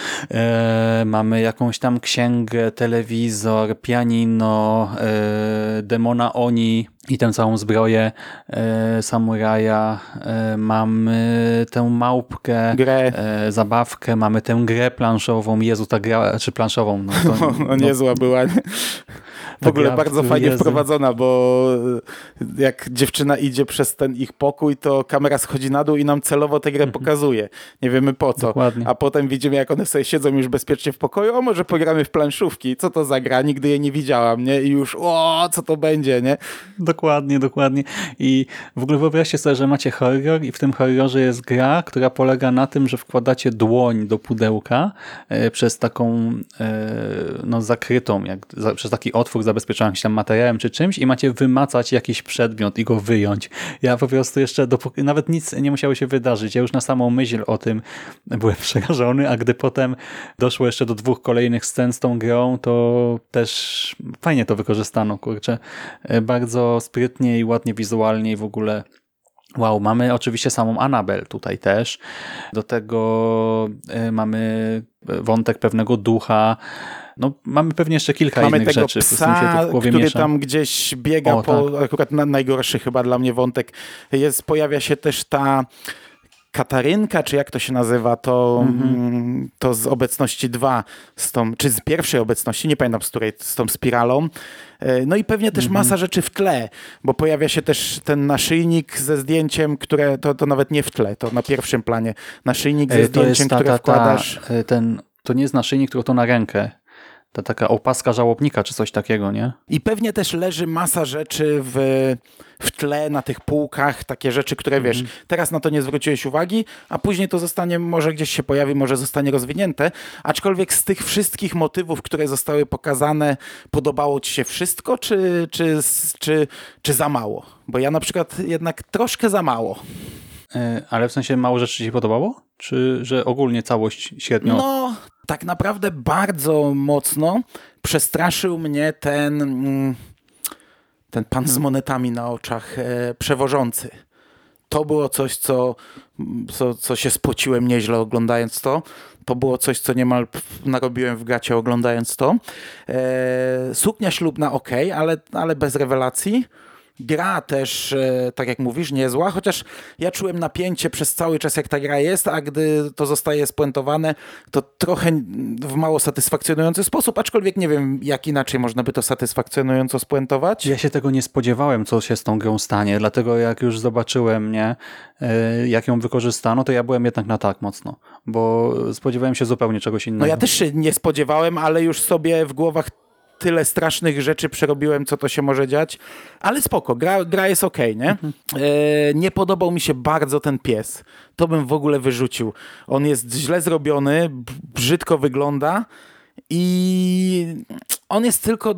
mamy jakąś tam księgę, telewizor, pianino, demona Oni i tę całą zbroję samuraja. Mamy tę małpkę, Grę. Zabawkę, mamy tę grę planszową. Jezu, ta gra, czy planszową. No, to, Niezła była. W ogóle gra, bardzo fajnie Jezu. wprowadzona, bo jak dziewczyna idzie przez ten ich pokój, to kamera schodzi na dół i nam celowo tę grę pokazuje. Nie wiemy po co. Dokładnie. A potem widzimy, jak one sobie siedzą już bezpiecznie w pokoju. O, może pogramy w planszówki. Co to za gra? Nigdy jej nie widziałam, nie? I już, co to będzie, nie? Dokładnie. I w ogóle wyobraźcie sobie, że macie horror i w tym horrorze jest gra, która polega na tym, że wkładacie dłoń do pudełka przez taką zakrytą, przez taki otwór zabezpieczoną jakimś tam materiałem czy czymś i macie wymacać jakiś przedmiot i go wyjąć. Ja po prostu jeszcze, nawet nic nie musiało się wydarzyć. Ja już na samą myśl o tym byłem przerażony, a gdy potem doszło jeszcze do 2 kolejnych scen z tą grą, to też fajnie to wykorzystano, kurczę. Bardzo sprytnie i ładnie wizualnie i w ogóle wow, mamy oczywiście samą Annabelle tutaj też. Do tego mamy wątek pewnego ducha. No, mamy pewnie jeszcze kilka Mamy innych tego rzeczy. psa, w głowie który miesza. tam gdzieś biega tak. akurat najgorszy chyba dla mnie wątek. Pojawia się też ta Katarynka, czy jak to się nazywa, to z obecności 2, czy z pierwszej obecności, nie pamiętam z której, z tą spiralą. No i pewnie też masa rzeczy w tle, bo pojawia się też ten naszyjnik ze zdjęciem, które to nawet nie w tle, to na pierwszym planie. Naszyjnik ze zdjęciem, które wkładasz. To nie jest naszyjnik, tylko to na rękę. Ta taka opaska żałobnika, czy coś takiego, nie? I pewnie też leży masa rzeczy w tle, na tych półkach, takie rzeczy, które wiesz, teraz na to nie zwróciłeś uwagi, a później to zostanie, może gdzieś się pojawi, może zostanie rozwinięte, aczkolwiek z tych wszystkich motywów, które zostały pokazane, podobało ci się wszystko, czy za mało? Bo ja na przykład jednak troszkę za mało. Ale w sensie mało rzeczy ci się podobało? Czy że ogólnie całość średnio? No, tak naprawdę bardzo mocno przestraszył mnie ten pan z monetami na oczach, przewożący. To było coś, co się spociłem nieźle oglądając to. To było coś, co niemal narobiłem w gacie oglądając to. Suknia ślubna okej, ale bez rewelacji. Gra też, tak jak mówisz, niezła, chociaż ja czułem napięcie przez cały czas, jak ta gra jest, a gdy to zostaje spuentowane, to trochę w mało satysfakcjonujący sposób, aczkolwiek nie wiem, jak inaczej można by to satysfakcjonująco spuentować. Ja się tego nie spodziewałem, co się z tą grą stanie, dlatego jak już zobaczyłem, jak ją wykorzystano, to ja byłem jednak na tak mocno, bo spodziewałem się zupełnie czegoś innego. No ja też się nie spodziewałem, ale już sobie w głowach tyle strasznych rzeczy przerobiłem, co to się może dziać, ale spoko, gra jest okej, nie? Nie podobał mi się bardzo ten pies. To bym w ogóle wyrzucił. On jest źle zrobiony, brzydko wygląda i on jest tylko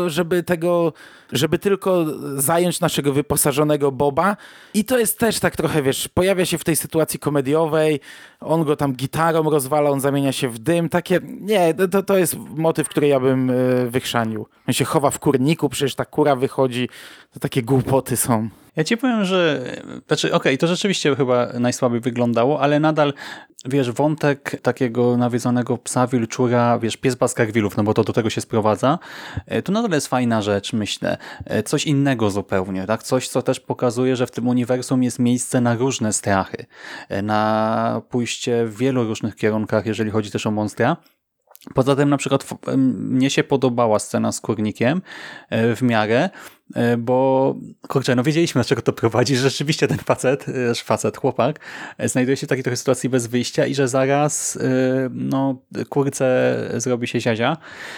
żeby tylko zająć naszego wyposażonego Boba i to jest też tak trochę, wiesz, pojawia się w tej sytuacji komediowej, on go tam gitarą rozwala, on zamienia się w dym, takie, nie, to jest motyw, który ja bym wychrzanił. On się chowa w kurniku, przecież ta kura wychodzi, to takie głupoty są. Ja ci powiem, że znaczy, okej, to rzeczywiście chyba najsłabiej wyglądało, ale nadal, wiesz, wątek takiego nawiedzonego psa, wilczura, wiesz, pies Baskervillów, no bo to do tego się sprowadza, to nadal jest fajna rzecz, myślę. Coś innego zupełnie, tak? Coś, co też pokazuje, że w tym uniwersum jest miejsce na różne strachy, na pójście w wielu różnych kierunkach, jeżeli chodzi też o monstra. Poza tym na przykład mnie się podobała scena z kurnikiem w miarę, bo kurczę, no wiedzieliśmy, dlaczego to prowadzi, że rzeczywiście ten chłopak, znajduje się w takiej trochę sytuacji bez wyjścia i że zaraz no kurce zrobi się ziazia.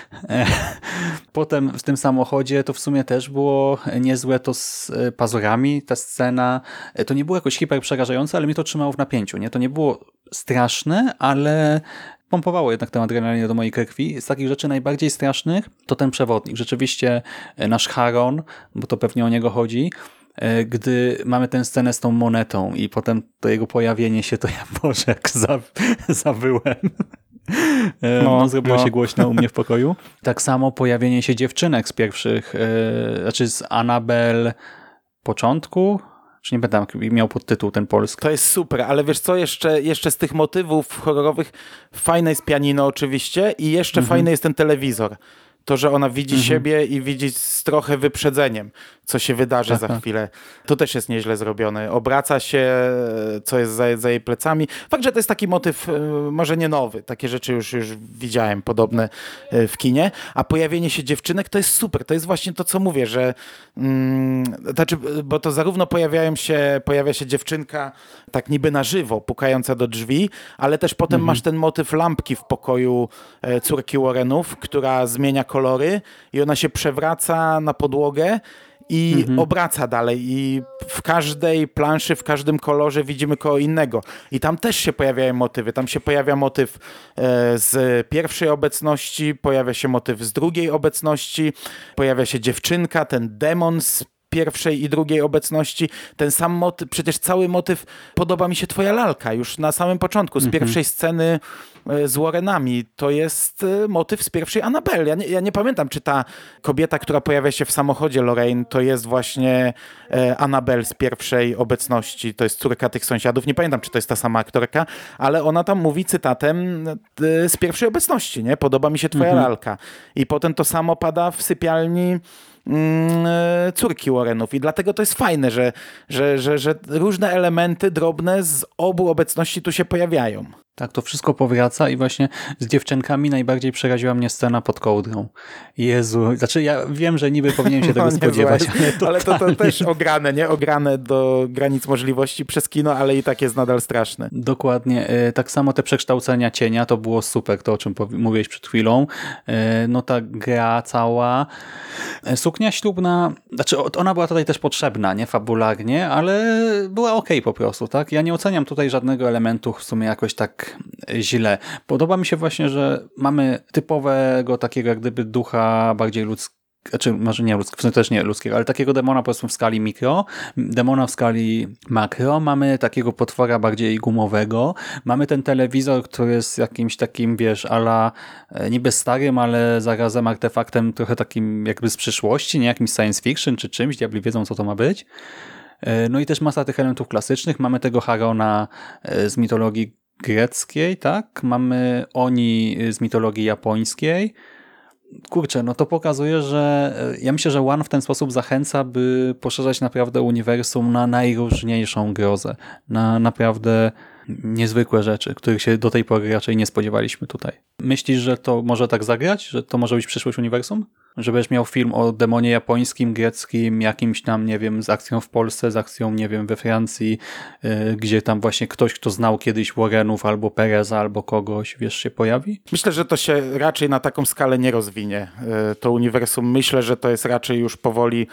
Potem w tym samochodzie to w sumie też było niezłe, to z pazurami, ta scena, to nie było jakoś hiper przerażające, ale mnie to trzymało w napięciu, nie? To nie było straszne, ale pompowało jednak tę adrenalinę do mojej krwi. Z takich rzeczy najbardziej strasznych to ten przewodnik. Rzeczywiście nasz Charon, bo to pewnie o niego chodzi, gdy mamy tę scenę z tą monetą i potem to jego pojawienie się, to ja Boże, jak zawyłem. No, zrobiło się głośno u mnie w pokoju. Tak samo pojawienie się dziewczynek z pierwszych, znaczy z Annabelle początku, czy nie pamiętam, miał podtytuł ten polski. To jest super, ale wiesz co, jeszcze z tych motywów horrorowych fajne jest pianino oczywiście i jeszcze fajny jest ten telewizor. To, że ona widzi siebie i widzi z trochę wyprzedzeniem, co się wydarzy za chwilę. To też jest nieźle zrobione. Obraca się, co jest za jej plecami. Fakt, że to jest taki motyw, może nie nowy. Takie rzeczy już widziałem podobne w kinie. A pojawienie się dziewczynek to jest super. To jest właśnie to, co mówię, że znaczy, bo to zarówno pojawia się dziewczynka tak niby na żywo, pukająca do drzwi, ale też potem masz ten motyw lampki w pokoju córki Warrenów, która zmienia kolory i ona się przewraca na podłogę i obraca dalej i w każdej planszy, w każdym kolorze widzimy koło innego. I tam też się pojawiają motywy. Tam się pojawia motyw z pierwszej obecności, pojawia się motyw z drugiej obecności, pojawia się dziewczynka, ten demon z pierwszej i drugiej obecności. Ten sam motyw, przecież cały motyw podoba mi się twoja lalka już na samym początku, z pierwszej sceny z Warrenami. To jest motyw z pierwszej Annabelle. Ja nie pamiętam, czy ta kobieta, która pojawia się w samochodzie Lorraine, to jest właśnie Annabelle z pierwszej obecności. To jest córka tych sąsiadów. Nie pamiętam, czy to jest ta sama aktorka, ale ona tam mówi cytatem z pierwszej obecności, nie? Podoba mi się twoja lalka. I potem to samo pada w sypialni córki Warrenów i dlatego to jest fajne, że różne elementy drobne z obu obecności tu się pojawiają. Tak, to wszystko powraca i właśnie z dziewczynkami najbardziej przeraziła mnie scena pod kołdrą. Jezu, znaczy ja wiem, że niby powinienem się tego spodziewać, ale to też ograne, nie? Ograne do granic możliwości przez kino, ale i tak jest nadal straszne. Dokładnie. Tak samo te przekształcenia cienia, to było super, to o czym mówiłeś przed chwilą. No ta gra cała. Suknia ślubna, znaczy ona była tutaj też potrzebna, nie? Fabularnie, ale była okej po prostu, tak? Ja nie oceniam tutaj żadnego elementu w sumie jakoś tak źle. Podoba mi się właśnie, że mamy typowego takiego jak gdyby ducha bardziej ludzkiego, znaczy może nie ludzkiego, w sumie też nie ludzkiego, ale takiego demona powiedzmy w skali mikro, demona w skali makro, mamy takiego potwora bardziej gumowego, mamy ten telewizor, który jest jakimś takim, wiesz, ala niby starym, ale zarazem artefaktem trochę takim jakby z przyszłości, nie jakimś science fiction czy czymś, diabli wiedzą co to ma być. No i też masa tych elementów klasycznych, mamy tego Charona z mitologii greckiej, tak? Mamy Oni z mitologii japońskiej. Kurczę, no to pokazuje, że ja myślę, że One w ten sposób zachęca, by poszerzać naprawdę uniwersum na najróżniejszą grozę, na naprawdę niezwykłe rzeczy, których się do tej pory raczej nie spodziewaliśmy tutaj. Myślisz, że to może tak zagrać? Że to może być przyszłość uniwersum? Że będziesz miał film o demonie japońskim, greckim, jakimś tam, nie wiem, z akcją w Polsce, z akcją, nie wiem, we Francji, gdzie tam właśnie ktoś, kto znał kiedyś Warrenów albo Pereza, albo kogoś, wiesz, się pojawi? Myślę, że to się raczej na taką skalę nie rozwinie. To uniwersum, myślę, że to jest raczej już powoli,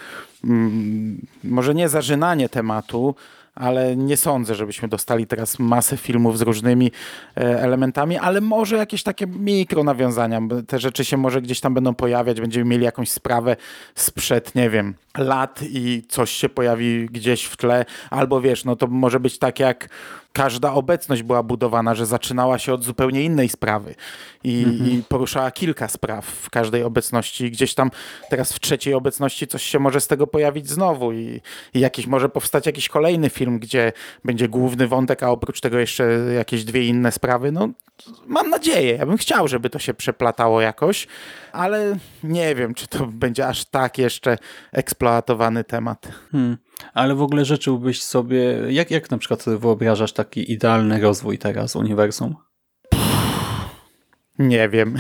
może nie zażynanie tematu, ale nie sądzę, żebyśmy dostali teraz masę filmów z różnymi elementami, ale może jakieś takie mikronawiązania. Te rzeczy się może gdzieś tam będą pojawiać, będziemy mieli jakąś sprawę sprzed, nie wiem, lat i coś się pojawi gdzieś w tle, albo wiesz, no to może być tak jak każda obecność była budowana, że zaczynała się od zupełnie innej sprawy i poruszała kilka spraw w każdej obecności. Gdzieś tam teraz w trzeciej obecności coś się może z tego pojawić znowu i może powstać jakiś kolejny film, gdzie będzie główny wątek, a oprócz tego jeszcze jakieś dwie inne sprawy. No, mam nadzieję. Ja bym chciał, żeby to się przeplatało jakoś, ale nie wiem, czy to będzie aż tak jeszcze eksploatowany temat. Ale w ogóle życzyłbyś sobie, jak na przykład sobie wyobrażasz taki idealny rozwój teraz uniwersum? Nie wiem.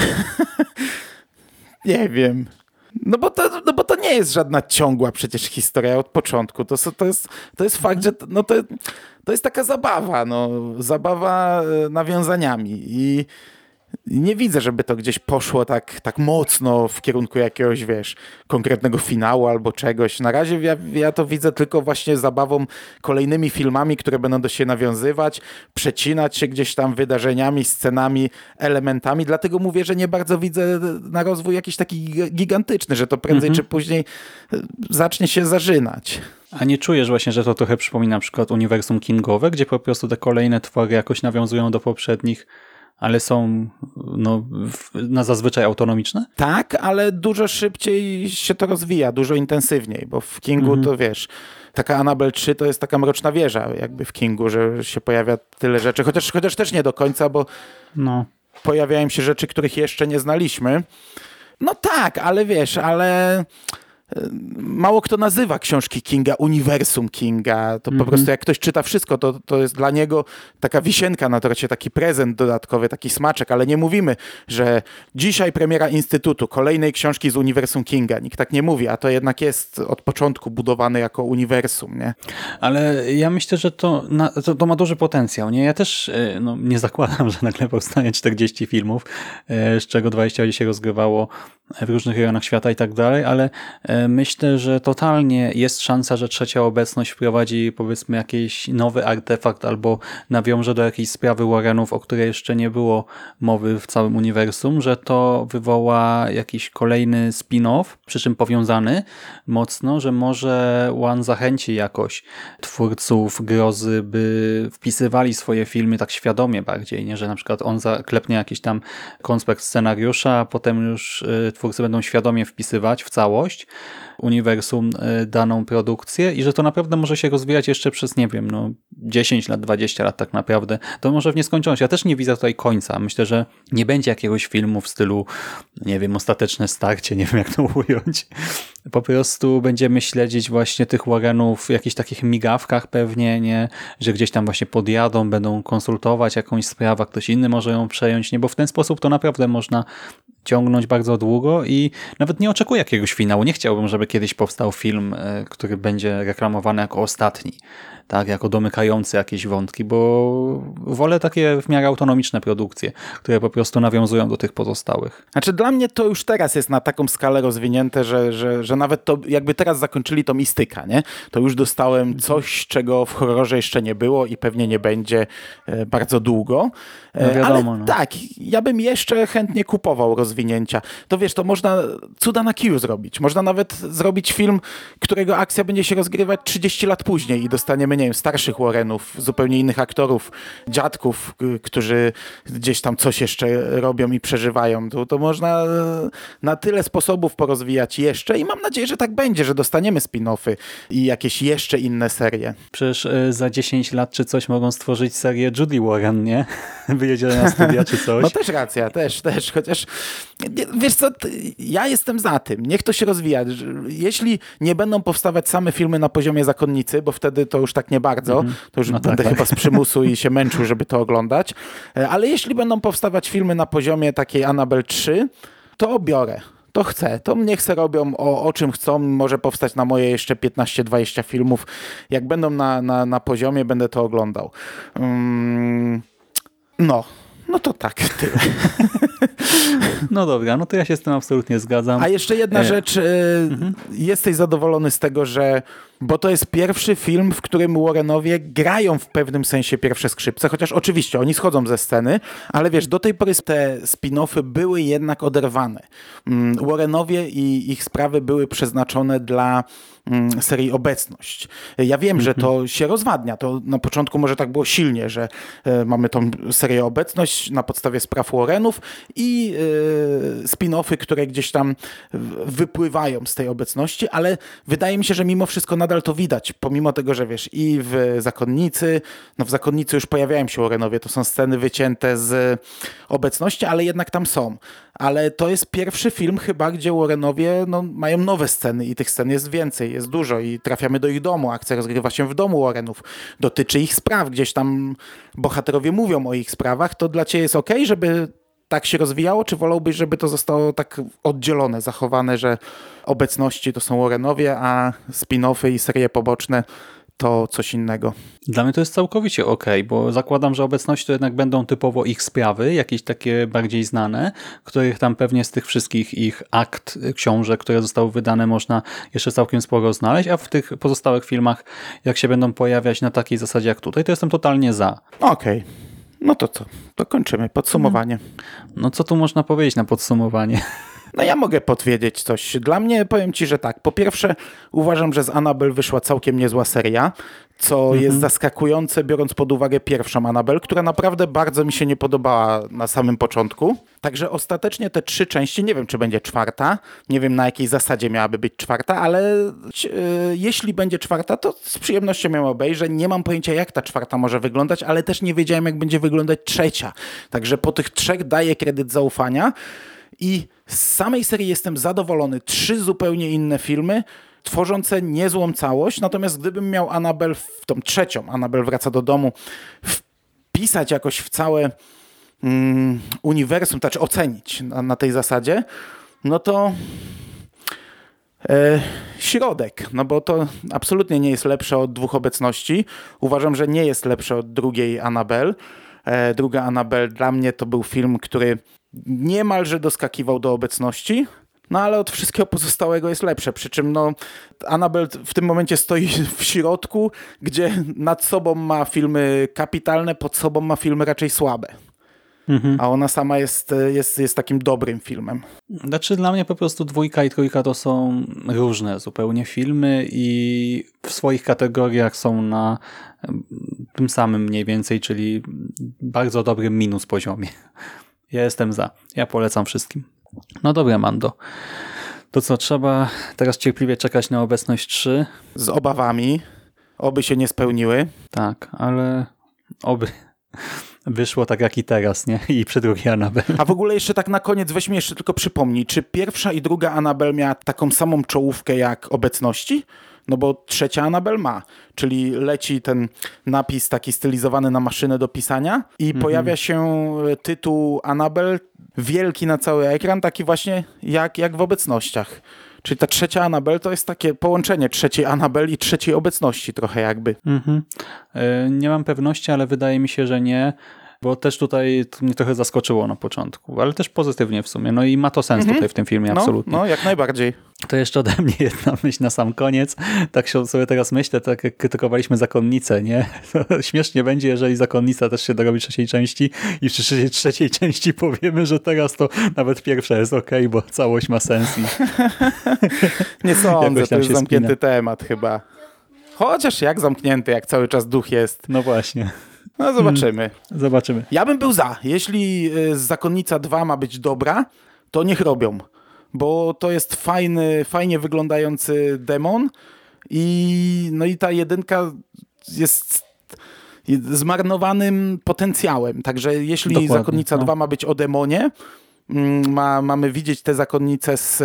Nie wiem. No bo to nie jest żadna ciągła przecież historia od początku. To jest fakt, że to jest taka zabawa, zabawa nawiązaniami i nie widzę, żeby to gdzieś poszło tak mocno w kierunku jakiegoś, konkretnego finału albo czegoś. Na razie ja to widzę tylko właśnie zabawą kolejnymi filmami, które będą do siebie nawiązywać, przecinać się gdzieś tam wydarzeniami, scenami, elementami. Dlatego mówię, że nie bardzo widzę na rozwój jakiś taki gigantyczny, że to prędzej czy później zacznie się zarzynać. A nie czujesz właśnie, że to trochę przypomina na przykład uniwersum kingowe, gdzie po prostu te kolejne twory jakoś nawiązują do poprzednich, ale są na zazwyczaj autonomiczne? Tak, ale dużo szybciej się to rozwija, dużo intensywniej, bo w Kingu to taka Annabelle 3 to jest taka mroczna wieża jakby w Kingu, że się pojawia tyle rzeczy, chociaż też nie do końca, bo pojawiają się rzeczy, których jeszcze nie znaliśmy. No tak, ale ale mało kto nazywa książki Kinga uniwersum Kinga. To po prostu jak ktoś czyta wszystko, to jest dla niego taka wisienka na torcie, taki prezent dodatkowy, taki smaczek, ale nie mówimy, że dzisiaj premiera Instytutu, kolejnej książki z uniwersum Kinga. Nikt tak nie mówi, a to jednak jest od początku budowane jako uniwersum, nie? Ale ja myślę, że to ma duży potencjał, nie? Ja też nie zakładam, że nagle powstanie 40 filmów, z czego 20 będzie się rozgrywało w różnych rejonach świata i tak dalej, ale myślę, że totalnie jest szansa, że trzecia obecność wprowadzi powiedzmy jakiś nowy artefakt albo nawiąże do jakiejś sprawy Warrenów, o której jeszcze nie było mowy w całym uniwersum, że to wywoła jakiś kolejny spin-off, przy czym powiązany mocno, że może One zachęci jakoś twórców grozy, by wpisywali swoje filmy tak świadomie bardziej, nie, że na przykład on zaklepnie jakiś tam konspekt scenariusza, a potem już twórcy będą świadomie wpisywać w całość uniwersum daną produkcję i że to naprawdę może się rozwijać jeszcze przez, 10 lat, 20 lat tak naprawdę. To może w nieskończoność. Ja też nie widzę tutaj końca. Myślę, że nie będzie jakiegoś filmu w stylu, ostateczne starcie, nie wiem jak to ująć. Po prostu będziemy śledzić właśnie tych Warrenów w jakichś takich migawkach pewnie, nie? Że gdzieś tam właśnie podjadą, będą konsultować jakąś sprawę, ktoś inny może ją przejąć, nie? Bo w ten sposób to naprawdę można ciągnąć bardzo długo i nawet nie oczekuję jakiegoś finału. Nie chciałbym, żeby kiedyś powstał film, który będzie reklamowany jako ostatni, tak, jako domykający jakieś wątki, bo wolę takie w miarę autonomiczne produkcje, które po prostu nawiązują do tych pozostałych. Znaczy dla mnie to już teraz jest na taką skalę rozwinięte, że nawet to jakby teraz zakończyli to Mistyka, nie? To już dostałem coś, czego w horrorze jeszcze nie było i pewnie nie będzie bardzo długo. No wiadomo, ale tak, ja bym jeszcze chętnie kupował rozwinięcia. To to można cuda na kiju zrobić. Można nawet zrobić film, którego akcja będzie się rozgrywać 30 lat później i dostaniemy, starszych Warrenów, zupełnie innych aktorów, dziadków, którzy gdzieś tam coś jeszcze robią i przeżywają. To można na tyle sposobów porozwijać jeszcze i mam nadzieję, że tak będzie, że dostaniemy spin-offy i jakieś jeszcze inne serie. Przecież za 10 lat czy coś mogą stworzyć serię Judy Warren, nie? Wyjedzie na studia czy coś. No też racja, też. Chociaż wiesz co, ja jestem za tym. Niech to się rozwija. Jeśli nie będą powstawać same filmy na poziomie Zakonnicy, bo wtedy to już tak nie bardzo, to już będę chyba z przymusu i się męczył, żeby to oglądać. Ale jeśli będą powstawać filmy na poziomie takiej Annabelle 3, to biorę. To chcę. To niech se robią o czym chcą. Może powstać na moje jeszcze 15-20 filmów. Jak będą na poziomie, będę to oglądał. No to tak, tyle. No dobra, no to ja się z tym absolutnie zgadzam. A jeszcze jedna rzecz. Jesteś zadowolony z tego, że Bo to jest pierwszy film, w którym Warrenowie grają w pewnym sensie pierwsze skrzypce, chociaż oczywiście oni schodzą ze sceny, ale wiesz, do tej pory te spin-offy były jednak oderwane. Warrenowie i ich sprawy były przeznaczone dla serii Obecność. Ja wiem, że to się rozwadnia. To na początku może tak było silnie, że mamy tą serię Obecność na podstawie spraw Warrenów i spin-offy, które gdzieś tam wypływają z tej obecności, ale wydaje mi się, że mimo wszystko nadal to widać, pomimo tego, że wiesz, i w Zakonnicy, no w Zakonnicy już pojawiają się Warrenowie, to są sceny wycięte z Obecności, ale jednak tam są. Ale to jest pierwszy film chyba, gdzie Warrenowie mają nowe sceny i tych scen jest więcej, jest dużo i trafiamy do ich domu. Akcja rozgrywa się w domu Warrenów. Dotyczy ich spraw, gdzieś tam bohaterowie mówią o ich sprawach. To dla ciebie jest okej, żeby tak się rozwijało, czy wolałbyś, żeby to zostało tak oddzielone, zachowane, że Obecności to są Warrenowie, a spin-offy i serie poboczne to coś innego? Dla mnie to jest całkowicie okej, bo zakładam, że Obecności to jednak będą typowo ich sprawy, jakieś takie bardziej znane, których tam pewnie z tych wszystkich ich akt, książek, które zostały wydane, można jeszcze całkiem sporo znaleźć, a w tych pozostałych filmach, jak się będą pojawiać na takiej zasadzie jak tutaj, to jestem totalnie za. Okej. No to co? To kończymy. Podsumowanie. No co tu można powiedzieć na podsumowanie? No ja mogę podpowiedzieć coś. Dla mnie, powiem ci, że tak. Po pierwsze, uważam, że z Annabelle wyszła całkiem niezła seria, co jest zaskakujące, biorąc pod uwagę pierwszą Annabelle, która naprawdę bardzo mi się nie podobała na samym początku. Także ostatecznie te 3 części, nie wiem, czy będzie 4, nie wiem, na jakiej zasadzie miałaby być 4, ale jeśli będzie 4, to z przyjemnością ją obejrzę. Nie mam pojęcia, jak ta 4 może wyglądać, ale też nie wiedziałem, jak będzie wyglądać 3. Także po tych 3 daję kredyt zaufania. I z samej serii jestem zadowolony. 3 zupełnie inne filmy, tworzące niezłą całość. Natomiast gdybym miał Annabelle, w tą 3, Annabelle wraca do domu, wpisać jakoś w całe uniwersum, znaczy ocenić na tej zasadzie, no to środek, no bo to absolutnie nie jest lepsze od 2 Obecności. Uważam, że nie jest lepsze od drugiej Annabelle. Druga Annabelle dla mnie to był film, który niemalże doskakiwał do Obecności, no ale od wszystkiego pozostałego jest lepsze. Przy czym Annabelle w tym momencie stoi w środku, gdzie nad sobą ma filmy kapitalne, pod sobą ma filmy raczej słabe. A ona sama jest takim dobrym filmem. Znaczy dla mnie po prostu 2 i 3 to są różne zupełnie filmy i w swoich kategoriach są na tym samym mniej więcej, czyli bardzo dobrym minus poziomie. Ja jestem za. Ja polecam wszystkim. No dobra, Mando. To co, trzeba teraz cierpliwie czekać na Obecność 3? Z obawami. Oby się nie spełniły. Tak, ale oby wyszło tak jak i teraz, nie? I przy drugiej Annabelle. A w ogóle jeszcze tak na koniec weź mi jeszcze tylko przypomnij, czy pierwsza i druga Annabelle miała taką samą czołówkę jak Obecności? No bo 3 Annabelle ma, czyli leci ten napis taki stylizowany na maszynę do pisania i pojawia się tytuł Annabelle wielki na cały ekran, taki właśnie jak w Obecnościach. Czyli ta 3 Annabelle to jest takie połączenie 3 Annabelle i 3 Obecności trochę jakby. Nie mam pewności, ale wydaje mi się, że nie, bo też tutaj to mnie trochę zaskoczyło na początku, ale też pozytywnie w sumie. No i ma to sens tutaj w tym filmie, absolutnie. No, jak najbardziej. To jeszcze ode mnie jedna myśl na sam koniec. Tak się sobie teraz myślę, tak jak krytykowaliśmy Zakonnicę, nie? To śmiesznie będzie, jeżeli Zakonnica też się dorobi 3 części i w 3 części powiemy, że teraz to nawet pierwsza jest okej, bo całość ma sens. I nie sądzę, to jest zamknięty temat chyba. Chociaż jak zamknięty, jak cały czas duch jest. No właśnie. No zobaczymy. Zobaczymy. Ja bym był za. Jeśli Zakonnica 2 ma być dobra, to niech robią. Bo to jest fajnie wyglądający demon i ta 1 jest zmarnowanym potencjałem. Także jeśli Dokładnie, Zakonnica 2 ma być o demonie, mamy widzieć tę zakonnicę z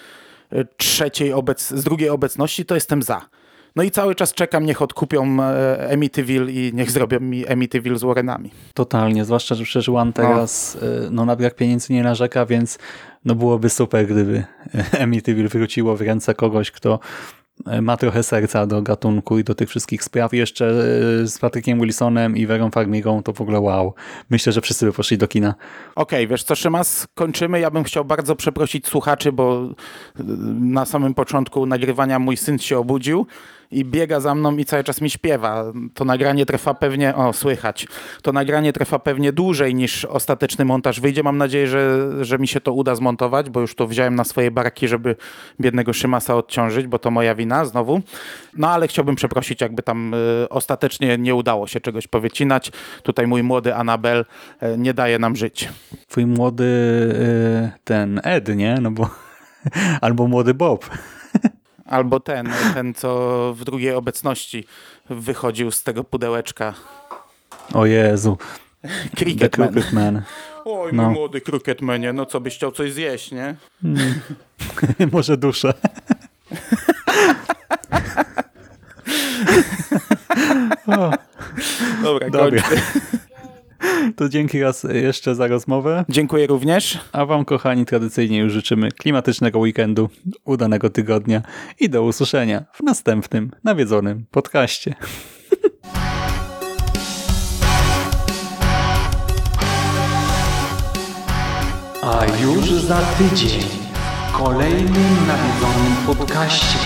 drugiej Obecności, to jestem za. No i cały czas czekam, niech odkupią Amityville i niech zrobią mi Amityville z Warrenami. Totalnie, zwłaszcza, że przecież One teraz na brak pieniędzy nie narzeka, więc byłoby super, gdyby Amityville wróciło w ręce kogoś, kto ma trochę serca do gatunku i do tych wszystkich spraw. I jeszcze z Patrickiem Wilsonem i Verą Farmigą to w ogóle wow. Myślę, że wszyscy by poszli do kina. Okej, wiesz co, Szymas, kończymy. Ja bym chciał bardzo przeprosić słuchaczy, bo na samym początku nagrywania mój syn się obudził i biega za mną i cały czas mi śpiewa. To nagranie trwa pewnie, słychać, to nagranie trwa pewnie dłużej niż ostateczny montaż wyjdzie. Mam nadzieję, że mi się to uda zmontować, bo już to wziąłem na swoje barki, żeby biednego Szymasa odciążyć, bo to moja wina znowu. No ale chciałbym przeprosić, jakby tam ostatecznie nie udało się czegoś powycinać. Tutaj mój młody Anabel nie daje nam żyć. Twój młody ten Ed, nie? No bo albo młody Bob. Albo ten, co w drugiej obecności wychodził z tego pudełeczka. O Jezu. Cricketman. Cricketman. Oj, No. mój młody Cricketmanie, no co byś chciał coś zjeść, nie? Może duszę. Dobra, Dobra. kończmy. To dzięki raz jeszcze za rozmowę. Dziękuję również. A wam, kochani, tradycyjnie już życzymy klimatycznego weekendu, udanego tygodnia i do usłyszenia w następnym nawiedzonym podcaście. A już za tydzień w kolejnym nawiedzonym podcaście.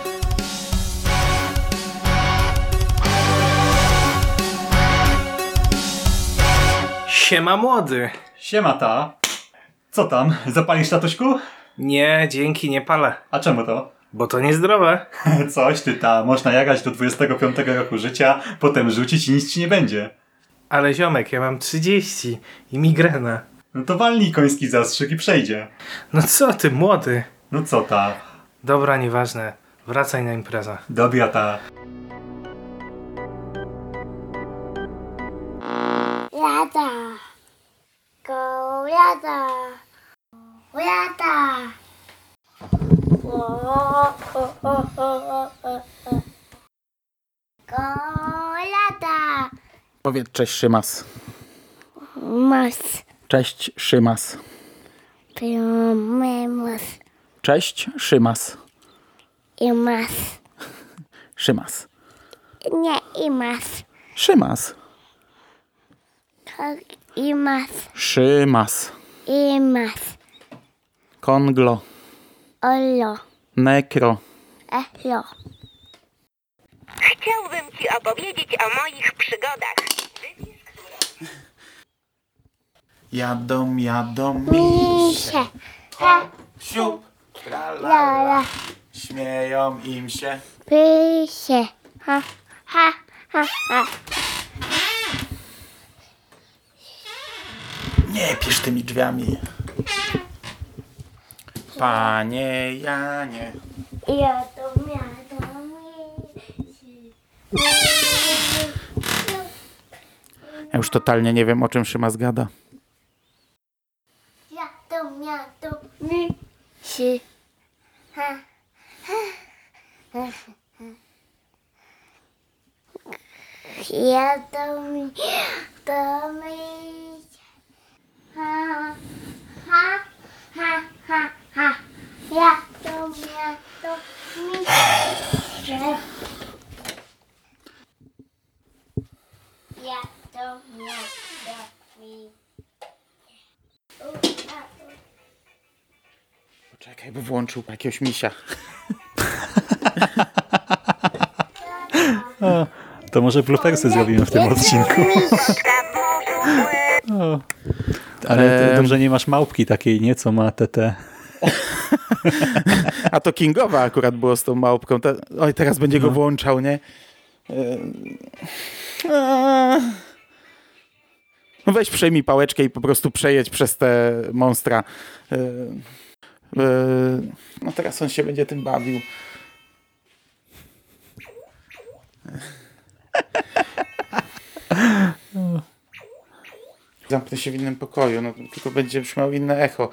Siema młody. Siema ta. Co tam? Zapalisz, tatuśku? Nie, dzięki, nie palę. A czemu to? Bo to niezdrowe. Coś ty ta, można jarać do 25 roku życia, potem rzucić i nic ci nie będzie. Ale ziomek, ja mam 30 i migrenę. No to walnij koński zastrzyk i przejdzie. No co ty, młody? No co ta? Dobra, nieważne. Wracaj na imprezę. Dobra ta. Lata. Go lata. Lata. Go lata. Powiedz cześć Szymas. Mas. Cześć Szymas. Piomemos. Cześć Szymas. I mas. Szymas. Nie i mas. Szymas. Tak i mas. Szymas. I mas. Konglo. Olo. Nekro. Elo. Chciałbym ci opowiedzieć o moich przygodach. Jadą Misie. Ha. siup, Lala. śmieją im się. Pysie. Ha. Ha. Ha. Ha. Nie pisz tymi drzwiami. Panie Janie. Jadą. Ja już totalnie nie wiem, o czym Szymas gada. Jadą. Misie. Ha. Jadą mi do myć. Ha, ha, ha, ha, ha. Jadą mi. Jadą mi. Poczekaj, bo włączył jakiegoś misia. To może bloopersy zrobimy w tym odcinku. O. Ale dobrze nie masz małpki takiej, nie? Co ma TT. A to Kingowa akurat było z tą małpką. Oj, teraz będzie go włączał, nie? No weź przejmij pałeczkę i po prostu przejedź przez te monstra. No teraz on się będzie tym bawił. Zamknę się w innym pokoju, no tylko będzie brzmiał inne echo.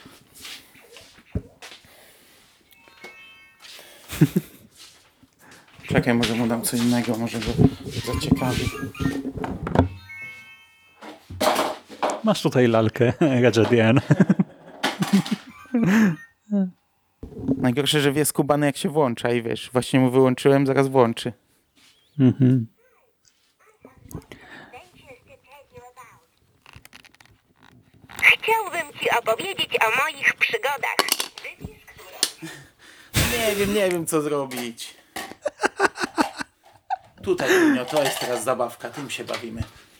Czekaj, może mu dam co innego, może go zaciekawi. Masz tutaj lalkę, Rajadian. Najgorsze, że wie skubany jak się włącza i wiesz, właśnie mu wyłączyłem, zaraz włączy. Mhm. Chciałbym ci opowiedzieć o moich przygodach. Nie wiem co zrobić. Tutaj, to jest teraz zabawka, tym się bawimy.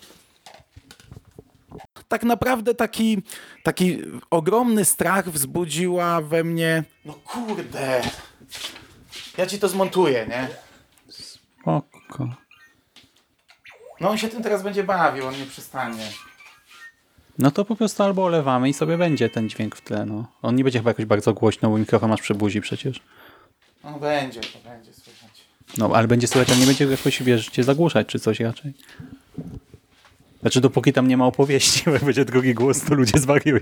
Tak naprawdę taki ogromny strach wzbudziła we mnie... No kurde... Ja ci to zmontuję, nie? Spoko. No on się tym teraz będzie bawił, on nie przestanie. No to po prostu albo olewamy i sobie będzie ten dźwięk w tle, no. On nie będzie chyba jakoś bardzo głośno, bo mikrofon masz przy buzi przecież. No będzie, to będzie słychać. No, ale będzie słychać, ale nie będzie jakoś, wiesz, cię zagłuszać czy coś raczej. Znaczy, dopóki tam nie ma opowieści, bo jak będzie drugi głos, to ludzie zwariują.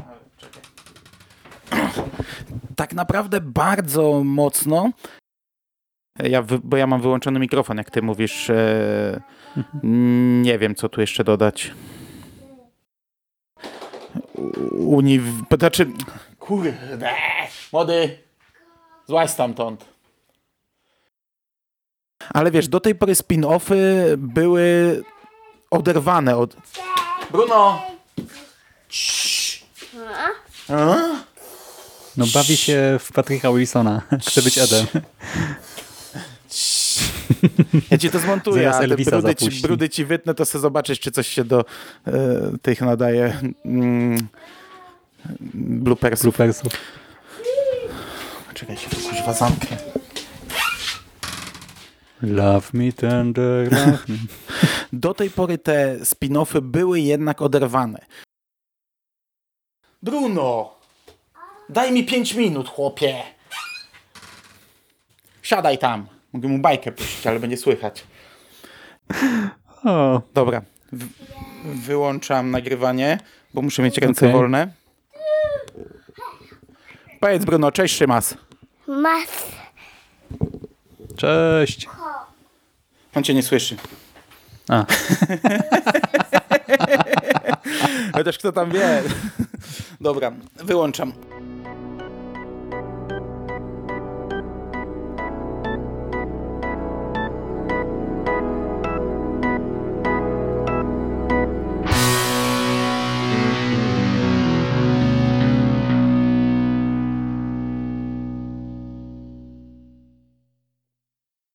Tak naprawdę bardzo mocno... Bo ja mam wyłączony mikrofon, jak ty mówisz. Nie wiem, co tu jeszcze dodać. Znaczy... Kurde! Młody! Złaź stamtąd. Ale wiesz, do tej pory spin-offy były oderwane od... Bruno! A? No bawi się w Patricka Wilsona. Chce być Edem. Ja ci to zmontuję, Zaraz a te Elvisa brudy ci wytnę, to sobie zobaczysz, czy coś się do tych nadaje bloopersów. Czekaj, się tu kuźwa zamknę. Love me tender, love me. Do tej pory te spin-offy były jednak oderwane. Bruno! Daj mi 5 minut, chłopie! Siadaj tam. Mogę mu bajkę puścić, ale będzie słychać. O, Dobra. Wyłączam nagrywanie, bo muszę mieć ręce wolne. Powiedz, Bruno, cześć, Szymas. Mas. cześć. On cię nie słyszy. A. Chociaż kto tam wie. Dobra, wyłączam.